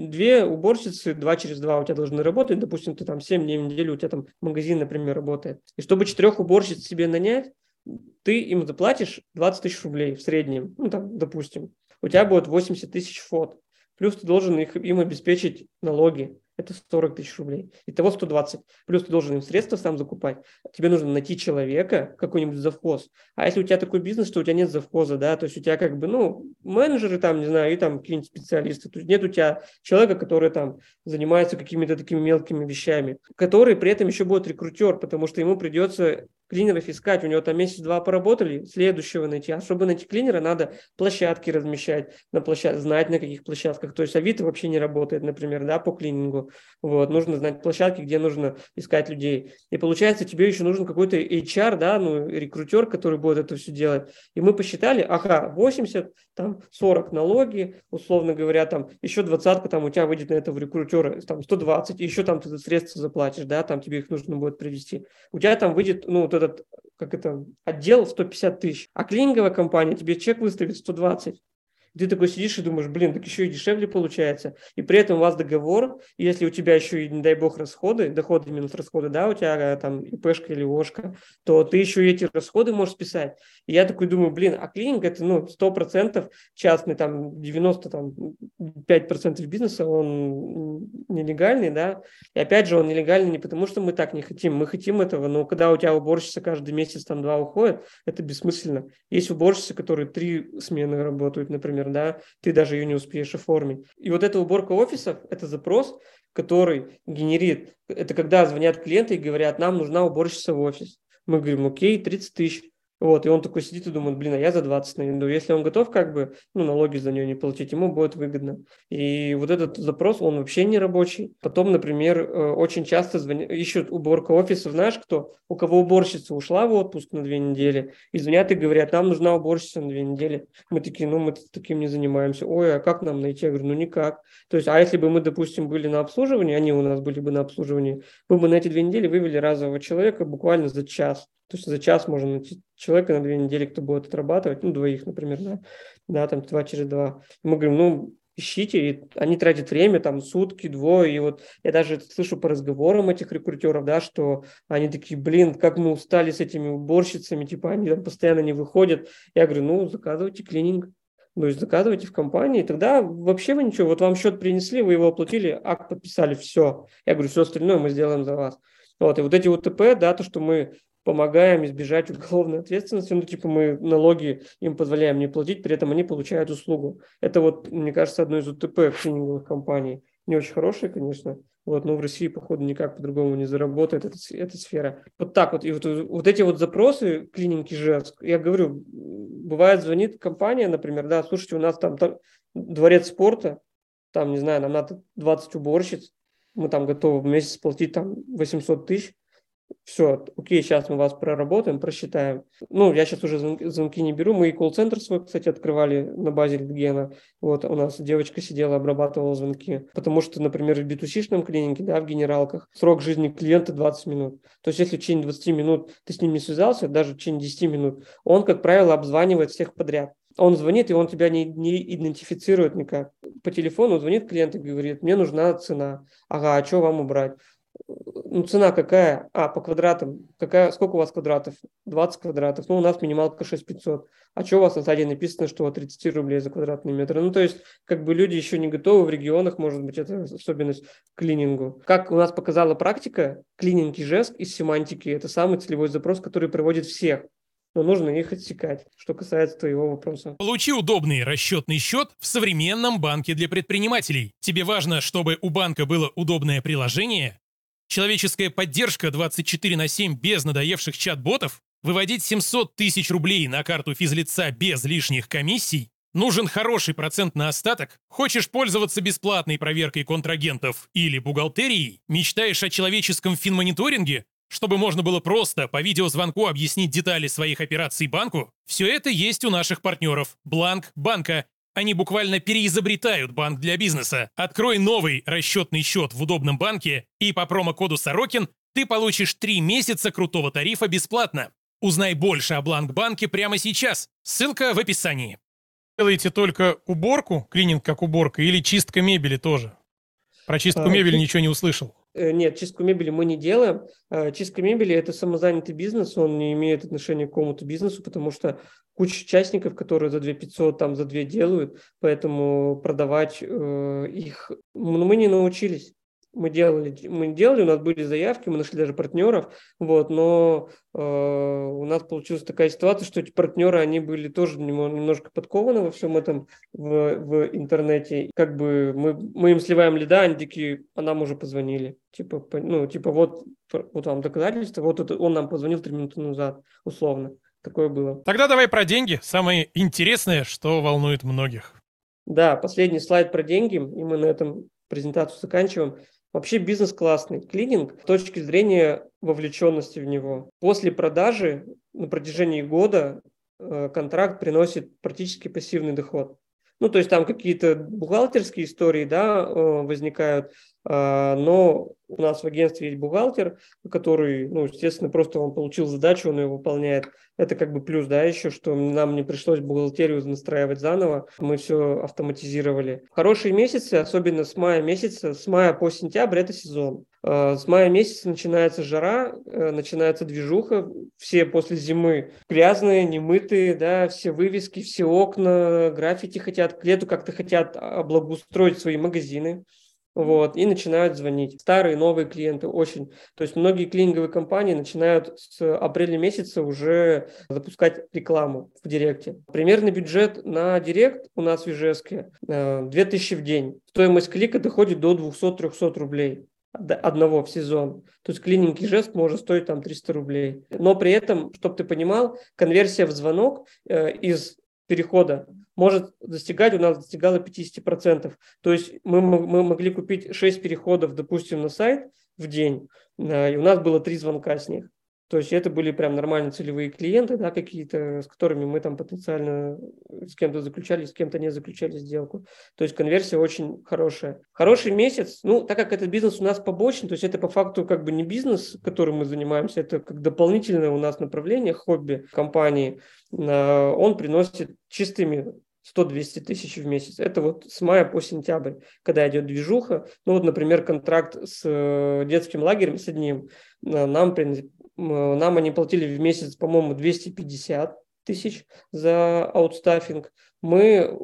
2 уборщицы, 2 через 2 у тебя должны работать. Допустим, ты там 7 дней в неделю, у тебя там магазин, например, работает. И чтобы 4 уборщиц себе нанять, ты им заплатишь 20 тысяч рублей в среднем. Ну, там, допустим. У тебя будет 80 тысяч фот. Плюс ты должен им обеспечить налоги. Это 40 тысяч рублей. Итого 120. Плюс ты должен им средства сам закупать. Тебе нужно найти человека, какой-нибудь завхоз. А если у тебя такой бизнес, что у тебя нет завхоза, да, то есть у тебя как бы, ну, менеджеры там, не знаю, и там какие-нибудь специалисты. То есть нет у тебя человека, который там занимается какими-то такими мелкими вещами, который при этом еще будет рекрутер, потому что ему придется клинеров искать. У него там месяц-два поработали, следующего найти. А чтобы найти клинера, надо площадки размещать, знать на каких площадках. То есть Авито вообще не работает, например, да, по клинингу. Вот, нужно знать площадки, где нужно искать людей. И получается, тебе еще нужен какой-то HR, да, ну, рекрутер, который будет это все делать. И мы посчитали, ага, 80, там, 40 налоги, условно говоря, там, еще 20 там у тебя выйдет на этого рекрутера, там, 120, и еще там ты средства заплатишь, да, там тебе их нужно будет привести. У тебя там выйдет, ну, вот этот, как это, отдел 150 тысяч, а клининговая компания тебе чек выставит 120. Ты такой сидишь и думаешь, блин, так еще и дешевле получается. И при этом у вас договор, и если у тебя еще и, не дай бог, расходы, доходы минус расходы, да, у тебя там ИПшка или ОшКа, то ты еще и эти расходы можешь списать. И я такой думаю, блин, а клининг это, ну, 100% частный, там, 95% бизнеса, он нелегальный, да. И опять же, он нелегальный не потому, что мы так не хотим, мы хотим этого, но когда у тебя уборщица каждый месяц там 2 уходит, это бессмысленно. Есть уборщицы, которые 3 смены работают, например, да, ты даже ее не успеешь оформить. И вот эта уборка офисов, это запрос, который генерит, это когда звонят клиенты и говорят, нам нужна уборщица в офис. Мы говорим, окей, 30 тысяч. Вот, и он такой сидит и думает, блин, а я за 20 найду. Если он готов как бы, ну, налоги за нее не платить, ему будет выгодно. И вот этот запрос, он вообще не рабочий. Потом, например, очень часто ищут уборка офисов, знаешь кто? У кого уборщица ушла в отпуск на 2 недели, и звонят и говорят, нам нужна уборщица на 2 недели. Мы такие, ну, мы таким не занимаемся. Ой, а как нам найти? Я говорю, ну, никак. То есть, а если бы мы, допустим, были на обслуживании, они у нас были бы на обслуживании, мы бы на эти 2 недели вывели разового человека буквально за час. То есть за час можно найти человека на 2 недели, кто будет отрабатывать, ну, 2, например, да, там 2 через 2. И мы говорим, ну, ищите, и они тратят время, там, сутки, двое, и вот я даже слышу по разговорам этих рекрутеров, да, что они такие, блин, как мы устали с этими уборщицами, типа, они там постоянно не выходят. Я говорю, ну, заказывайте клининг. То есть заказывайте в компании, тогда вообще вы ничего, вот вам счет принесли, вы его оплатили, акт подписали, все. Я говорю, все остальное мы сделаем за вас. Вот, и вот эти УТП, да, то, что мы помогаем избежать уголовной ответственности. Ну, типа мы налоги им позволяем не платить, при этом они получают услугу. Это вот, мне кажется, одно из УТП клининговых компаний. Не очень хорошее, конечно, вот, но в России, походу, никак по-другому не заработает эта сфера. Вот так вот. И вот эти вот запросы клининги Ижевск, я говорю, бывает, звонит компания, например, да, слушайте, у нас там дворец спорта, там, не знаю, нам надо 20 уборщиц, мы там готовы в месяц платить там 800 тысяч. Все, окей, сейчас мы вас проработаем, просчитаем. Ну, я сейчас уже звонки не беру. Мы и колл-центр свой, кстати, открывали на базе Литгена. Вот у нас девочка сидела, обрабатывала звонки. Потому что, например, в B2C-шном клинике, да, в генералках, срок жизни клиента 20 минут. То есть, если в течение 20 минут ты с ним не связался, даже в течение 10 минут, он, как правило, обзванивает всех подряд. Он звонит, и он тебя не идентифицирует никак. По телефону звонит клиент и говорит, мне нужна цена. Ага, а что вам убрать? Ну, цена какая? По квадратам. Сколько у вас квадратов? 20 квадратов. Ну, у нас минималка 6500. А что у вас на сайте написано, что от 30 рублей за квадратный метр? Ну, то есть, как бы люди еще не готовы в регионах, может быть, это особенность к клинингу. Как у нас показала практика, клининг Ижевск из семантики – это самый целевой запрос, который приводит всех. Но нужно их отсекать, что касается твоего вопроса. Получи удобный расчетный счет в современном банке для предпринимателей. Тебе важно, чтобы у банка было удобное приложение? Человеческая поддержка 24/7 без надоевших чат-ботов? Выводить 700 тысяч рублей на карту физлица без лишних комиссий? Нужен хороший процент на остаток? Хочешь пользоваться бесплатной проверкой контрагентов или бухгалтерией? Мечтаешь о человеческом финмониторинге? Чтобы можно было просто по видеозвонку объяснить детали своих операций банку? Все это есть у наших партнеров Бланк Банка. Они буквально переизобретают банк для бизнеса. Открой новый расчетный счет в удобном банке, и по промокоду Сорокин ты получишь 3 месяца крутого тарифа бесплатно. Узнай больше о Бланк-банке прямо сейчас. Ссылка в описании. Делаете только уборку, клининг как уборка, или чистка мебели тоже? Про чистку мебели ничего не услышал. Нет, чистку мебели мы не делаем. Чистка мебели – это самозанятый бизнес, он не имеет отношения к какому-то бизнесу, потому что куча участников, которые за 2500, там за 2 делают, поэтому продавать их мы не научились. Мы делали, у нас были заявки, мы нашли даже партнеров, вот, но у нас получилась такая ситуация, что эти партнеры, они были тоже немножко подкованы во всем этом в интернете. Как бы мы им сливаем лида, они такие, а нам уже позвонили. Типа вот вам доказательства, вот это, он нам позвонил 3 минуты назад, условно. Такое было. Тогда давай про деньги. Самое интересное, что волнует многих. Да, последний слайд про деньги, и мы на этом презентацию заканчиваем. Вообще бизнес классный. Клининг с точки зрения вовлеченности в него. После продажи на протяжении года контракт приносит практически пассивный доход. Ну, то есть там какие-то бухгалтерские истории, да, возникают, но у нас в агентстве есть бухгалтер, который, ну, естественно, просто он получил задачу, он ее выполняет. Это как бы плюс, да, еще, что нам не пришлось бухгалтерию настраивать заново, мы все автоматизировали. Хорошие месяцы, особенно с мая по сентябрь, это сезон. С мая месяца начинается жара, начинается движуха, все после зимы грязные, немытые, да, все вывески, все окна, граффити хотят, к лету как-то хотят облагоустроить свои магазины. Вот, и начинают звонить. Старые, новые клиенты очень. То есть многие клининговые компании начинают с апреля месяца уже запускать рекламу в Директе. Примерный бюджет на Директ у нас в Ижевске 2000 в день. Стоимость клика доходит до 200-300 рублей одного в сезон. То есть клининг Ижевск может стоить там 300 рублей. Но при этом, чтобы ты понимал, конверсия в звонок из перехода у нас достигала 50%. То есть мы могли купить 6 переходов, допустим, на сайт в день, и у нас было 3 звонка с них. То есть это были прям нормальные целевые клиенты, да, какие-то, с которыми мы там потенциально с кем-то заключали, с кем-то не заключали сделку. То есть конверсия очень хорошая. Хороший месяц, ну, так как этот бизнес у нас побочный, то есть это по факту как бы не бизнес, которым мы занимаемся, это как дополнительное у нас направление, хобби компании, он приносит чистыми 100-200 тысяч в месяц. Это вот с мая по сентябрь, когда идет движуха. Ну вот, например, контракт с детским лагерем, с одним, нам они платили в месяц, по-моему, 250 тысяч за аутстаффинг, мы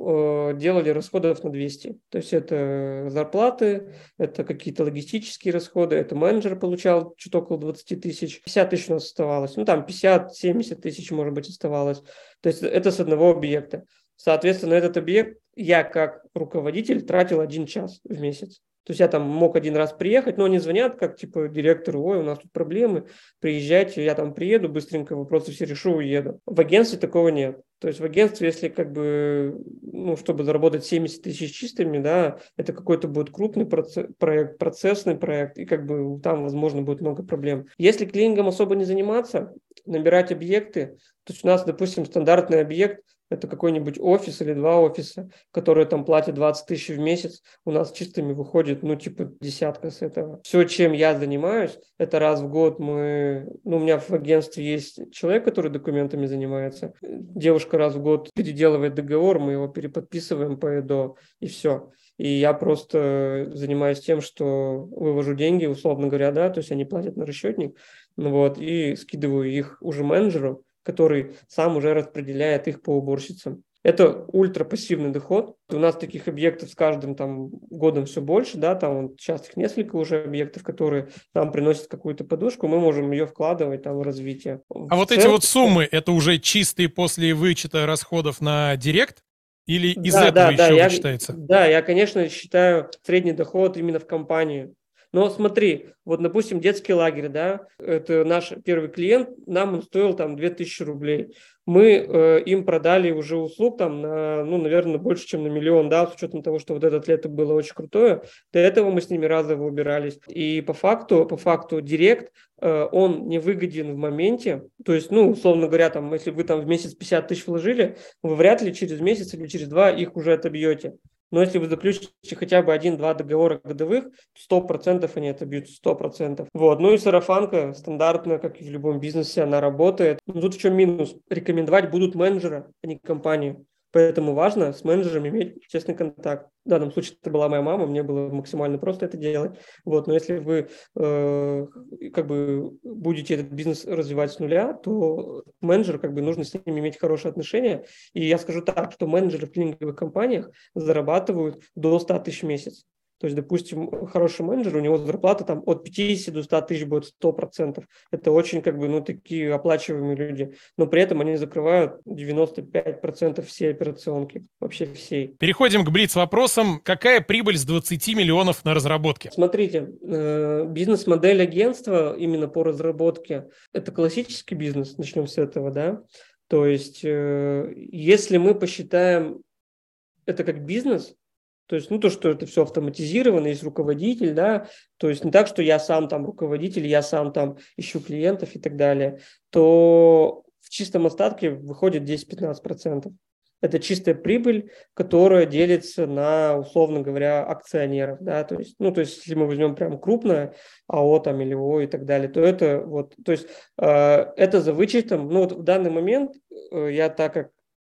делали расходов на 200. То есть это зарплаты, это какие-то логистические расходы, это менеджер получал чуть около 20 тысяч, 50 тысяч у нас оставалось, ну там 50-70 тысяч, может быть, оставалось. То есть это с одного объекта. Соответственно, этот объект я как руководитель тратил 1 час в месяц. То есть я там мог 1 раз приехать, но они звонят как типа директору: ой, у нас тут проблемы, приезжайте, я там приеду, быстренько вопросы все решу, уеду. В агентстве такого нет. То есть в агентстве, если как бы, ну, чтобы заработать 70 тысяч чистыми, да, это какой-то будет крупный проект, процессный проект, и как бы там, возможно, будет много проблем. Если клинингом особо не заниматься, набирать объекты, то есть у нас, допустим, стандартный объект, это какой-нибудь офис или 2 офиса, которые там платят 20 тысяч в месяц, у нас чистыми выходит, ну, типа, десятка с этого. Все, чем я занимаюсь, это раз в год мы... Ну, у меня в агентстве есть человек, который документами занимается. Девушка раз в год переделывает договор, мы его переподписываем по ЭДО, и все. И я просто занимаюсь тем, что вывожу деньги, условно говоря, да, то есть они платят на расчетник, ну вот, и скидываю их уже менеджеру, который сам уже распределяет их по уборщицам. Это ультрапассивный доход. У нас таких объектов с каждым там годом все больше, да, там вот сейчас их несколько уже объектов, которые нам приносят какую-то подушку, мы можем ее вкладывать там в развитие. А вот эти вот суммы, это уже чистые после вычета расходов на директ? Или из этого еще вычитается? Да, я, конечно, считаю средний доход именно в компании. Но смотри, вот, допустим, детский лагерь, да, это наш первый клиент, нам он стоил там 2000 рублей. Мы им продали уже услуг там на, ну, наверное, больше, чем на 1 000 000, да, с учетом того, что вот это лето было очень крутое. До этого мы с ними разово убирались. И по факту директ, он не выгоден в моменте. То есть, ну, условно говоря, там, если вы там в месяц 50 тысяч вложили, вы вряд ли через месяц или через 2 их уже отобьете. Но если вы заключите хотя бы 1-2 договора годовых, 100% они отобьются, 100%. Вот. Ну и сарафанка стандартная, как и в любом бизнесе, она работает. Но тут еще минус. Рекомендовать будут менеджера, а не компанию. Поэтому важно с менеджером иметь честный контакт. В данном случае это была моя мама, мне было максимально просто это делать. Вот. Но если вы как бы будете этот бизнес развивать с нуля, то менеджеру как бы нужно с ним иметь хорошие отношения. И я скажу так, что менеджеры в клининговых компаниях зарабатывают до 100 тысяч в месяц. То есть, допустим, хороший менеджер, у него зарплата там от 50 до 100 тысяч будет 100%. Это очень как бы, ну, такие оплачиваемые люди. Но при этом они закрывают 95% всей операционки, вообще всей. Переходим к блиц-вопросам. Какая прибыль с 20 миллионов на разработке? Смотрите, бизнес-модель агентства именно по разработке – это классический бизнес, начнем с этого, да. То есть, если мы посчитаем это как бизнес, то есть, ну, то, что это все автоматизировано, есть руководитель, да, то есть не так, что я сам там руководитель, я сам там ищу клиентов и так далее, то в чистом остатке выходит 10-15%. Это чистая прибыль, которая делится на, условно говоря, акционеров, да, то есть, ну, то есть, если мы возьмем прям крупное АО там или ООО и так далее, то это вот, то есть, это за вычетом, ну, вот в данный момент я так как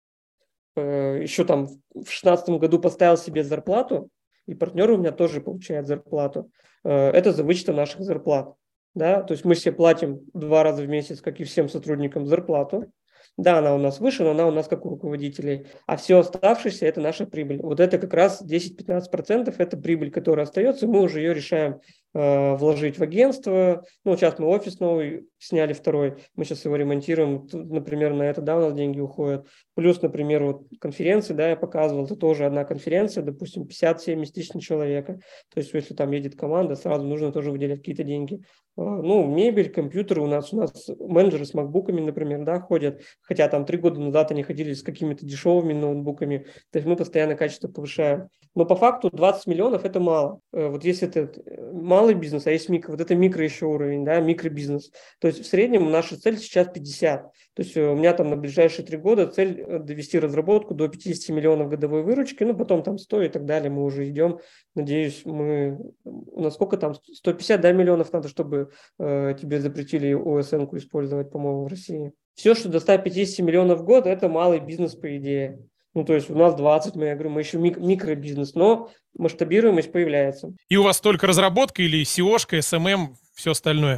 еще там в 2016 году поставил себе зарплату, и партнеры у меня тоже получают зарплату. Это за вычетом наших зарплат. Да? То есть мы себе платим 2 раза в месяц, как и всем сотрудникам, зарплату. Да, она у нас выше, но она у нас как у руководителей. А все оставшееся – это наша прибыль. Вот это как раз 10-15% – это прибыль, которая остается. Мы уже ее решаем вложить в агентство. Ну, сейчас мы офис новый сняли, второй. Мы сейчас его ремонтируем. Тут, например, на это, да, у нас деньги уходят. Плюс, например, вот конференции, да, я показывал, это тоже одна конференция, допустим, 50-70 тысяч на человека. То есть, если там едет команда, сразу нужно тоже выделять какие-то деньги. Ну, мебель, компьютеры у нас менеджеры с макбуками, например, да, ходят. Хотя там 3 года назад они ходили с какими-то дешевыми ноутбуками. То есть мы постоянно качество повышаем. Но по факту 20 миллионов – это мало. Вот если это малый бизнес, а есть микро, вот это микро еще уровень, да, микробизнес. То есть в среднем наша цель сейчас 50. То есть у меня там на ближайшие 3 года цель довести разработку до 50 миллионов годовой выручки, ну потом там 100 и так далее мы уже идем. Надеюсь, насколько там 150, да, миллионов надо, чтобы тебе запретили ОСН-ку использовать, по-моему, в России. Все, что до 150 миллионов в год, это малый бизнес, по идее. Ну, то есть у нас 20, я говорю, мы еще микробизнес, но масштабируемость появляется. И у вас только разработка или SEO-шка, SMM, все остальное?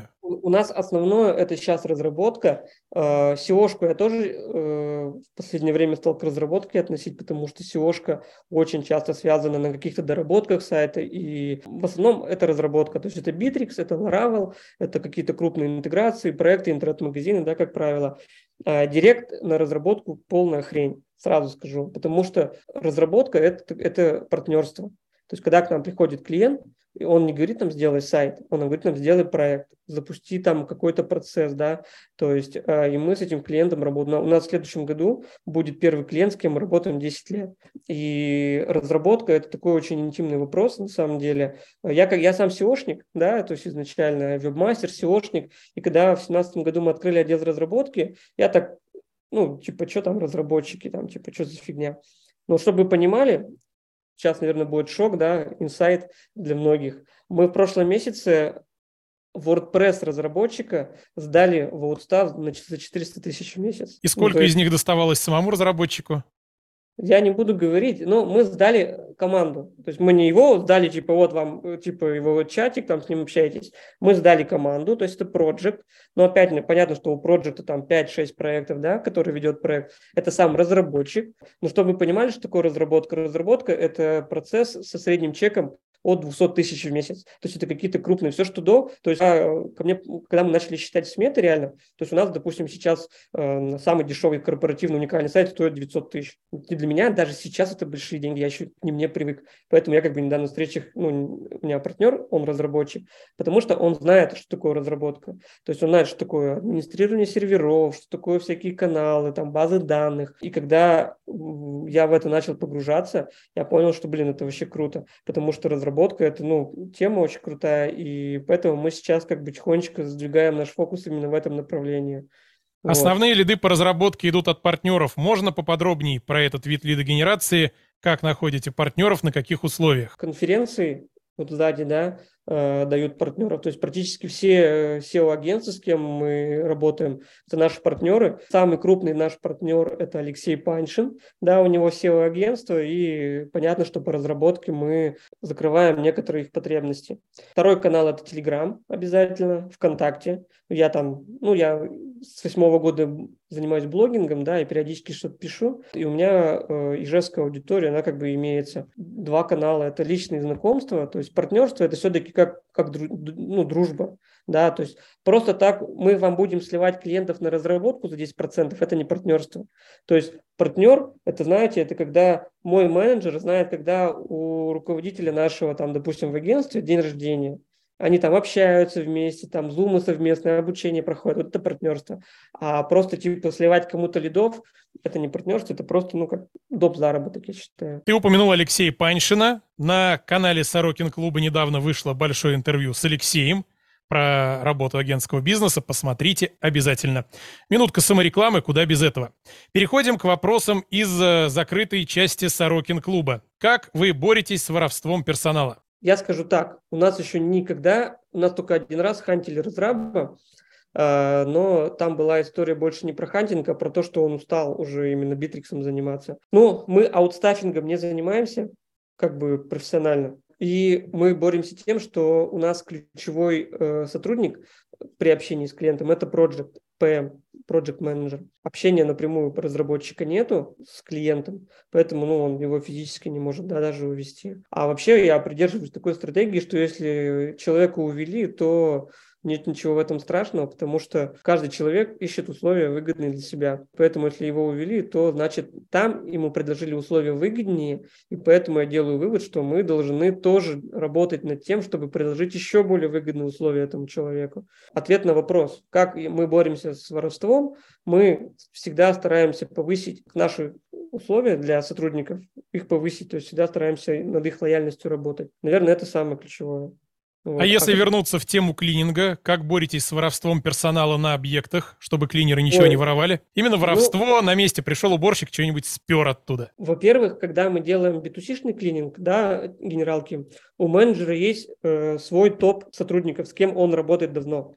у нас основное это сейчас разработка. SEO-шку я тоже в последнее время стал к разработке относить, потому что SEO-шка очень часто связана на каких-то доработках сайта, и в основном это разработка. То есть это Bittrex, это Laravel, это какие-то крупные интеграции, проекты, интернет-магазины, да, как правило. А Директ на разработку полная хрень, сразу скажу, потому что разработка это партнерство. То есть, когда к нам приходит клиент, и он не говорит нам сделай сайт, он говорит нам сделай проект, запусти там какой-то процесс, да, то есть, и мы с этим клиентом работаем. У нас в следующем году будет первый клиент, с кем мы работаем 10 лет. И разработка – это такой очень интимный вопрос, на самом деле. Я сам SEOшник, да, то есть изначально вебмастер, SEOшник, и когда в 2017 году мы открыли отдел разработки, я так, ну, типа, что там разработчики, там, типа, что за фигня. Но чтобы вы понимали, сейчас, наверное, будет шок, да, инсайт для многих. Мы в прошлом месяце WordPress разработчика сдали в Outstaff за 400 тысяч в месяц. И сколько из них доставалось самому разработчику? Я не буду говорить, но мы сдали команду. То есть мы не его сдали, типа, вот вам, типа, его чатик, там с ним общаетесь. Мы сдали команду, то есть это проект. Но опять понятно, что у проекта там 5-6 проектов, да, который ведет проект. Это сам разработчик. Но чтобы вы понимали, что такое разработка. Разработка – это процесс со средним чеком от 200 тысяч в месяц. То есть это какие-то крупные, все что до. То есть ко мне, когда мы начали считать сметы реально, то есть у нас, допустим, сейчас самый дешевый корпоративный уникальный сайт стоит 900 тысяч. И для меня даже сейчас это большие деньги, я еще к ним не привык. Поэтому я как бы недавно на встречах, ну, у меня партнер, он разработчик, потому что он знает, что такое разработка. То есть он знает, что такое администрирование серверов, что такое всякие каналы, там, базы данных. И когда я в это начал погружаться, я понял, что, блин, это вообще круто, потому что разработка это, ну, тема очень крутая, и поэтому мы сейчас как бы тихонечко сдвигаем наш фокус именно в этом направлении. Основные лиды по разработке идут от партнеров. Можно поподробнее про этот вид лидогенерации? Как находите партнеров, на каких условиях? Конференции вот сзади, да, дают партнеров. То есть практически все SEO-агентства, с кем мы работаем, это наши партнеры. Самый крупный наш партнер – это Алексей Паншин. Да, у него SEO-агентство, и понятно, что по разработке мы закрываем некоторые их потребности. Второй канал – это Telegram обязательно, ВКонтакте. Я там, ну, я с 2008 года занимаюсь блогингом, да, и периодически что-то пишу. И у меня ижевская аудитория, она как бы имеется. Два канала – это личные знакомства, то есть партнерство – это все-таки как ну, дружба, да, то есть просто так мы вам будем сливать клиентов на разработку за 10%, это не партнерство. То есть партнер, это, знаете, это когда мой менеджер знает, когда у руководителя нашего, там, допустим, в агентстве день рождения, они там общаются вместе, там зумы совместное обучение проходит, вот это партнерство. А просто типа сливать кому-то лидов, это не партнерство, это просто, ну, как доп. Заработок, я считаю. Ты упомянул Алексея Паншина. На канале Сорокин клуба недавно вышло большое интервью с Алексеем про работу агентского бизнеса. Посмотрите обязательно. Минутка саморекламы, куда без этого. Переходим к вопросам из закрытой части Сорокин клуба. Как вы боретесь с воровством персонала? Я скажу так, у нас еще никогда, у нас только один раз хантили разраба, но там была история больше не про хантинг, а про то, что он устал уже именно битриксом заниматься. Ну, мы аутстаффингом не занимаемся, как бы профессионально. И мы боремся тем, что у нас ключевой сотрудник при общении с клиентом – это Project PM, Project Manager. Общения напрямую по разработчика нету с клиентом, поэтому он его физически не может, да, даже увести. А вообще я придерживаюсь такой стратегии, что если человека увели, то нет ничего в этом страшного, потому что каждый человек ищет условия выгодные для себя. Поэтому если его увели, то значит там ему предложили условия выгоднее, и поэтому я делаю вывод, что мы должны тоже работать над тем, чтобы предложить еще более выгодные условия этому человеку. Ответ на вопрос, как мы боремся с воровством, мы всегда стараемся повысить наши условия для сотрудников, их повысить, то есть всегда стараемся над их лояльностью работать. Наверное, это самое ключевое. Вот. А если вернуться в тему клининга, как боретесь с воровством персонала на объектах, чтобы клинеры ничего не воровали? Именно воровство, на месте пришел уборщик, что-нибудь спер оттуда. Во-первых, когда мы делаем B2C-шный клининг, да, генералки, у менеджера есть свой топ сотрудников, с кем он работает давно.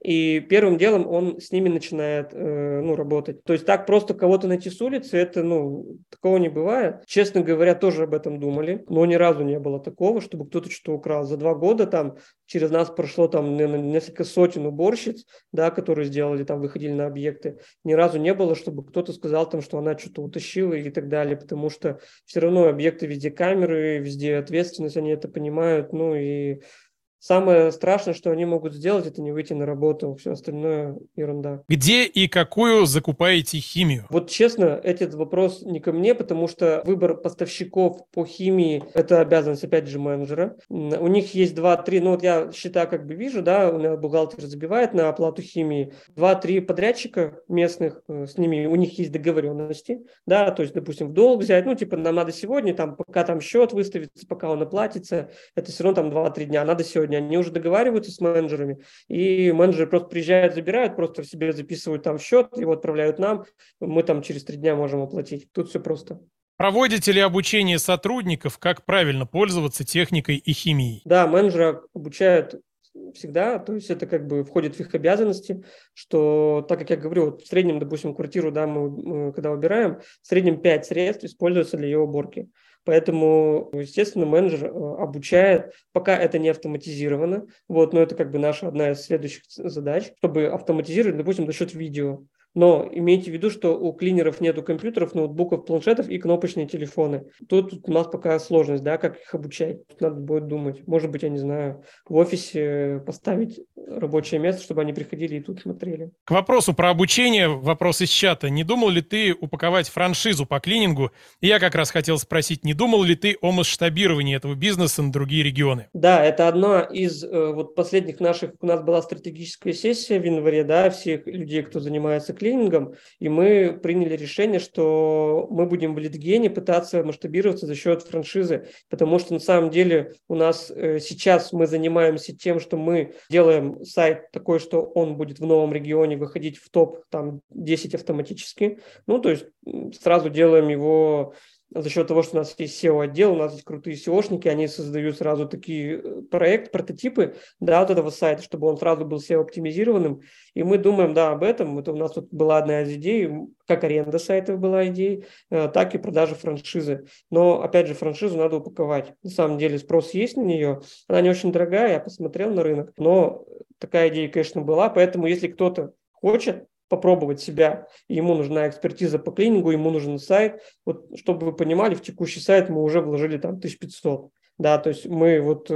и первым делом он с ними начинает работать. То есть так просто кого-то найти с улицы, это, такого не бывает. Честно говоря, тоже об этом думали, но ни разу не было такого, чтобы кто-то что-то украл. За 2 года там через нас прошло там несколько сотен уборщиц, да, которые сделали, там выходили на объекты. Ни разу не было, чтобы кто-то сказал там, что она что-то утащила и так далее, потому что все равно объекты везде камеры, везде ответственность, они это понимают, и самое страшное, что они могут сделать, это не выйти на работу. Все остальное ерунда. Где и какую закупаете химию? Вот честно, этот вопрос не ко мне, потому что выбор поставщиков по химии – это обязанность, опять же, менеджера. У них есть 2-3, я счета вижу, да, у меня бухгалтер забивает на оплату химии. 2-3 подрядчика местных, с ними у них есть договоренности, да, то есть, допустим, в долг взять, нам надо сегодня, пока там счет выставится, пока он оплатится, это все равно 2-3 дня, надо сегодня. Они уже договариваются с менеджерами, и менеджеры просто приезжают, забирают, просто в себе записывают там счет, его отправляют нам, мы там через 3 дня можем оплатить. Тут все просто. Проводите ли обучение сотрудников, как правильно пользоваться техникой и химией? Да, менеджера обучают всегда, то есть это входит в их обязанности, что, так как я говорю, в среднем, допустим, квартиру, да, мы когда убираем, в среднем 5 средств используются для ее уборки. Поэтому, естественно, менеджер обучает, пока это не автоматизировано, но это наша одна из следующих задач, чтобы автоматизировать, допустим, за счет видео. Но имейте в виду, что у клинеров нету компьютеров, ноутбуков, планшетов и кнопочные телефоны. Тут у нас пока сложность, да, как их обучать. Тут надо будет думать. Может быть, я не знаю, в офисе поставить рабочее место, чтобы они приходили и тут смотрели. К вопросу про обучение, вопрос из чата. Не думал ли ты упаковать франшизу по клинингу? Я как раз хотел спросить, не думал ли ты о масштабировании этого бизнеса на другие регионы? Да, это одна из последних наших, у нас была стратегическая сессия в январе, да, всех людей, кто занимается клинингом, и мы приняли решение, что мы будем в Литгене пытаться масштабироваться за счет франшизы, потому что на самом деле у нас сейчас мы занимаемся тем, что мы делаем сайт такой, что он будет в новом регионе выходить в топ там 10 автоматически, то есть сразу делаем его за счет того, что у нас есть SEO-отдел, у нас есть крутые SEOшники, они создают сразу такие прототипы, да, вот этого сайта, чтобы он сразу был SEO-оптимизированным. И мы думаем, да, об этом. Это у нас тут была одна из идей, как аренда сайтов была идеей, так и продажа франшизы. Но, опять же, франшизу надо упаковать. На самом деле спрос есть на нее. Она не очень дорогая, я посмотрел на рынок. Но такая идея, конечно, была. Поэтому, если кто-то хочет попробовать себя, и ему нужна экспертиза по клинингу, ему нужен сайт. Чтобы вы понимали, в текущий сайт мы уже вложили там 1500. Да, то есть мы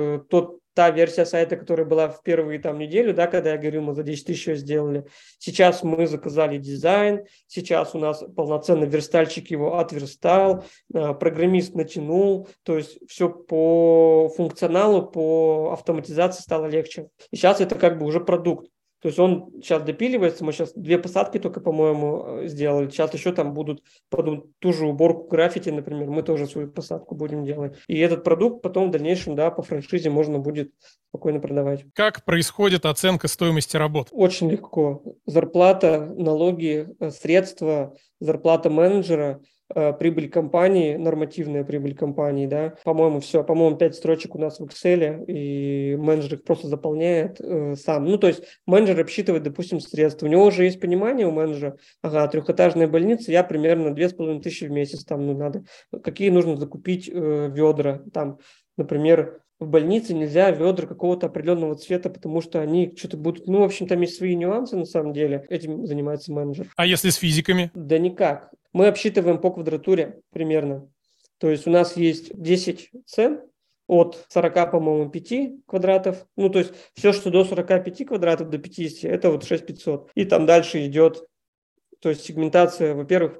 та версия сайта, которая была в первые неделю, да, когда я говорил, мы за 10 тысяч ее сделали. Сейчас мы заказали дизайн, сейчас у нас полноценный верстальщик его отверстал, программист натянул, то есть все по функционалу, по автоматизации стало легче. И сейчас это уже продукт. То есть он сейчас допиливается, мы сейчас 2 посадки только, по-моему, сделали. Сейчас еще там будут ту же уборку граффити, например, мы тоже свою посадку будем делать. И этот продукт потом в дальнейшем, да, по франшизе можно будет спокойно продавать. Как происходит оценка стоимости работ? Очень легко. Зарплата, налоги, средства, зарплата менеджера, прибыль компании, нормативная прибыль компании, да, по-моему, все, 5 строчек у нас в Excel, и менеджер их просто заполняет сам. То есть менеджер обсчитывает, допустим, средства. У него уже есть понимание у менеджера, трехэтажная больница, я примерно 2500 в месяц там надо. Какие нужно закупить ведра, там, например, в больнице нельзя ведра какого-то определенного цвета, потому что они что-то будут... в общем, там есть свои нюансы на самом деле. Этим занимается менеджер. А если с физиками? Да никак. Мы обсчитываем по квадратуре примерно. То есть у нас есть 10 цен от 40, по-моему, 5 квадратов. То есть все, что до 45 квадратов, до 50, это 6500. И там дальше идет, то есть сегментация, во-первых,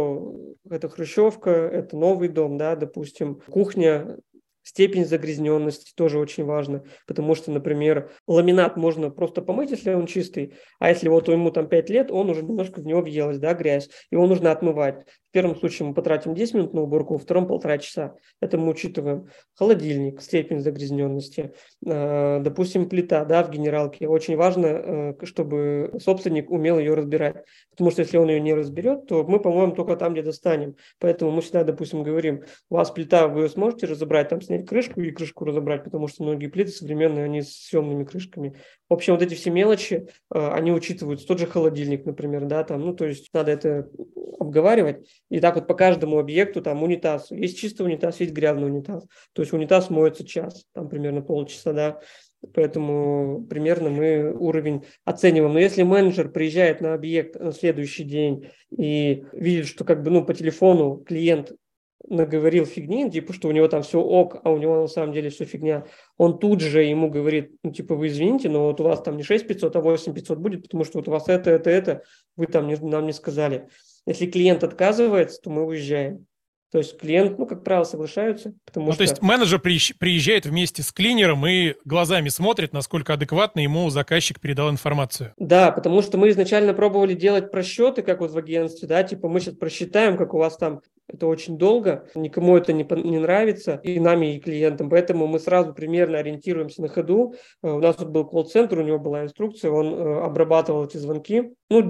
это хрущевка, это новый дом, да, допустим, кухня, степень загрязненности тоже очень важно, потому что, например, ламинат можно просто помыть, если он чистый, а если ему там 5 лет, он уже немножко в него въелась, да, грязь, его нужно отмывать. В первом случае мы потратим 10 минут на уборку, во втором 1,5 часа. Это мы учитываем. Холодильник, степень загрязненности, допустим, плита, да, в генералке. Очень важно, чтобы собственник умел ее разбирать, потому что если он ее не разберет, то мы помоем только там, где достанем. Поэтому мы всегда, допустим, говорим, у вас плита, вы ее сможете разобрать, там снять снять крышку и крышку разобрать, потому что многие плиты современные, они с съемными крышками. В общем, вот эти все мелочи, они учитываются. Тот же холодильник, например, да, там, ну, то есть надо это обговаривать. И так вот по каждому объекту, там, унитаз. Есть чистый унитаз, есть грязный унитаз. То есть унитаз моется час, там, примерно полчаса, да. Поэтому примерно мы уровень оцениваем. Но если менеджер приезжает на объект на следующий день и видит, что как бы, ну, по телефону клиент наговорил фигни, типа, что у него там все ок, а у него на самом деле все фигня, он тут же ему говорит, ну, типа, вы извините, но вот у вас там не 6500, а 8500 будет, потому что вот у вас это, вы там нам не сказали. Если клиент отказывается, то мы уезжаем. То есть клиент, ну, как правило, соглашаются, потому Ну, что... то есть менеджер приезжает вместе с клинером и глазами смотрит, насколько адекватно ему заказчик передал информацию. Да, потому что мы изначально пробовали делать просчеты, как вот в агентстве, да, типа мы сейчас просчитаем, как у вас там это очень долго, никому это не нравится, и нами, и клиентам, поэтому мы сразу примерно ориентируемся на ходу. У нас тут был колл-центр, у него была инструкция, он обрабатывал эти звонки. Ну,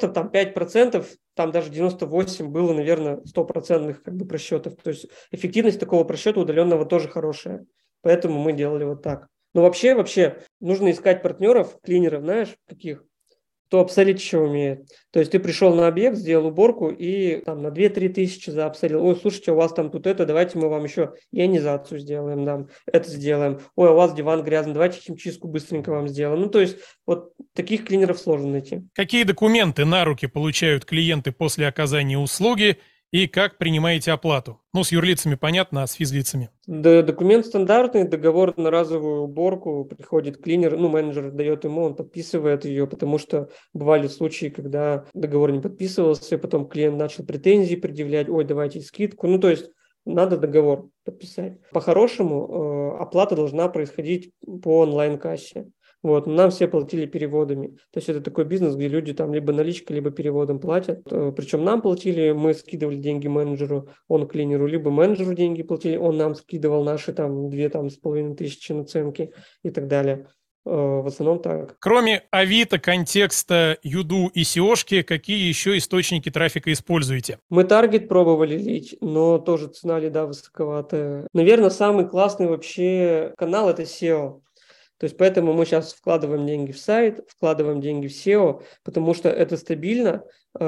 95%, там даже 98 было, наверное, стопроцентных как бы просчетов. То есть эффективность такого просчета удаленного тоже хорошая. Поэтому мы делали вот так. Но вообще нужно искать партнеров, клинеров, знаешь, каких, кто апсолить еще умеет. То есть ты пришел на объект, сделал уборку и там на 2-3 тысячи заапсолил. Ой, слушайте, у вас там тут это, давайте мы вам еще ионизацию сделаем, да, это сделаем. Ой, у вас диван грязный, давайте химчистку быстренько вам сделаем. Ну, то есть вот таких клинеров сложно найти. Какие документы на руки получают клиенты после оказания услуги и как принимаете оплату? Ну, с юрлицами понятно, а с физлицами? Да, документ стандартный, договор на разовую уборку, приходит клинер, ну, менеджер дает ему, он подписывает ее, потому что бывали случаи, когда договор не подписывался, потом клиент начал претензии предъявлять, ой, давайте скидку, ну, то есть надо договор подписать. По-хорошему, оплата должна происходить по онлайн-кассе. Вот, нам все платили переводами. То есть это такой бизнес, где люди там либо наличкой, либо переводом платят. Причем нам платили, мы скидывали деньги менеджеру, он клинеру, либо менеджеру деньги платили, он нам скидывал наши там 2500 наценки и так далее. В основном так. Кроме Авито, Контекста, Юду и SEOшки, какие еще источники трафика используете? Мы таргет пробовали лить, но тоже цена лида высоковатая. Наверное, самый классный вообще канал – это SEO. То есть поэтому мы сейчас вкладываем деньги в сайт, вкладываем деньги в SEO, потому что это стабильно,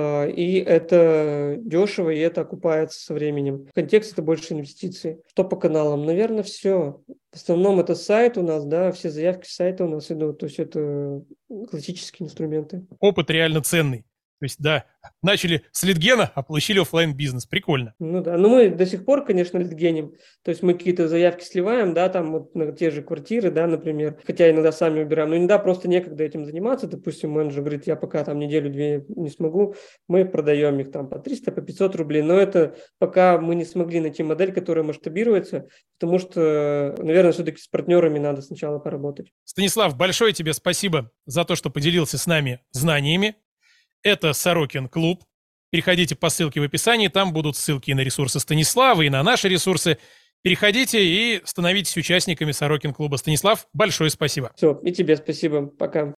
и это дешево, и это окупается со временем. Контекст – это больше инвестиций. Что по каналам? Наверное, все. В основном это сайт у нас, да, все заявки с сайта у нас идут, то есть это классические инструменты. Опыт реально ценный. То есть, да, начали с лидгена, а получили офлайн бизнес. Прикольно. Ну да, но мы до сих пор, конечно, литгеним. То есть мы какие-то заявки сливаем, да, там вот на те же квартиры, да, например, хотя иногда сами убираем, но иногда просто некогда этим заниматься. Допустим, менеджер говорит, я пока там неделю-две не смогу, мы продаем их там по 300, по 500 рублей, но это пока мы не смогли найти модель, которая масштабируется, потому что, наверное, все-таки с партнерами надо сначала поработать. Станислав, большое тебе спасибо за то, что поделился с нами знаниями. Это Сорокин клуб. Переходите по ссылке в описании, там будут ссылки и на ресурсы Станислава, и на наши ресурсы. Переходите и становитесь участниками Сорокин клуба. Станислав, большое спасибо. Все, и тебе спасибо. Пока.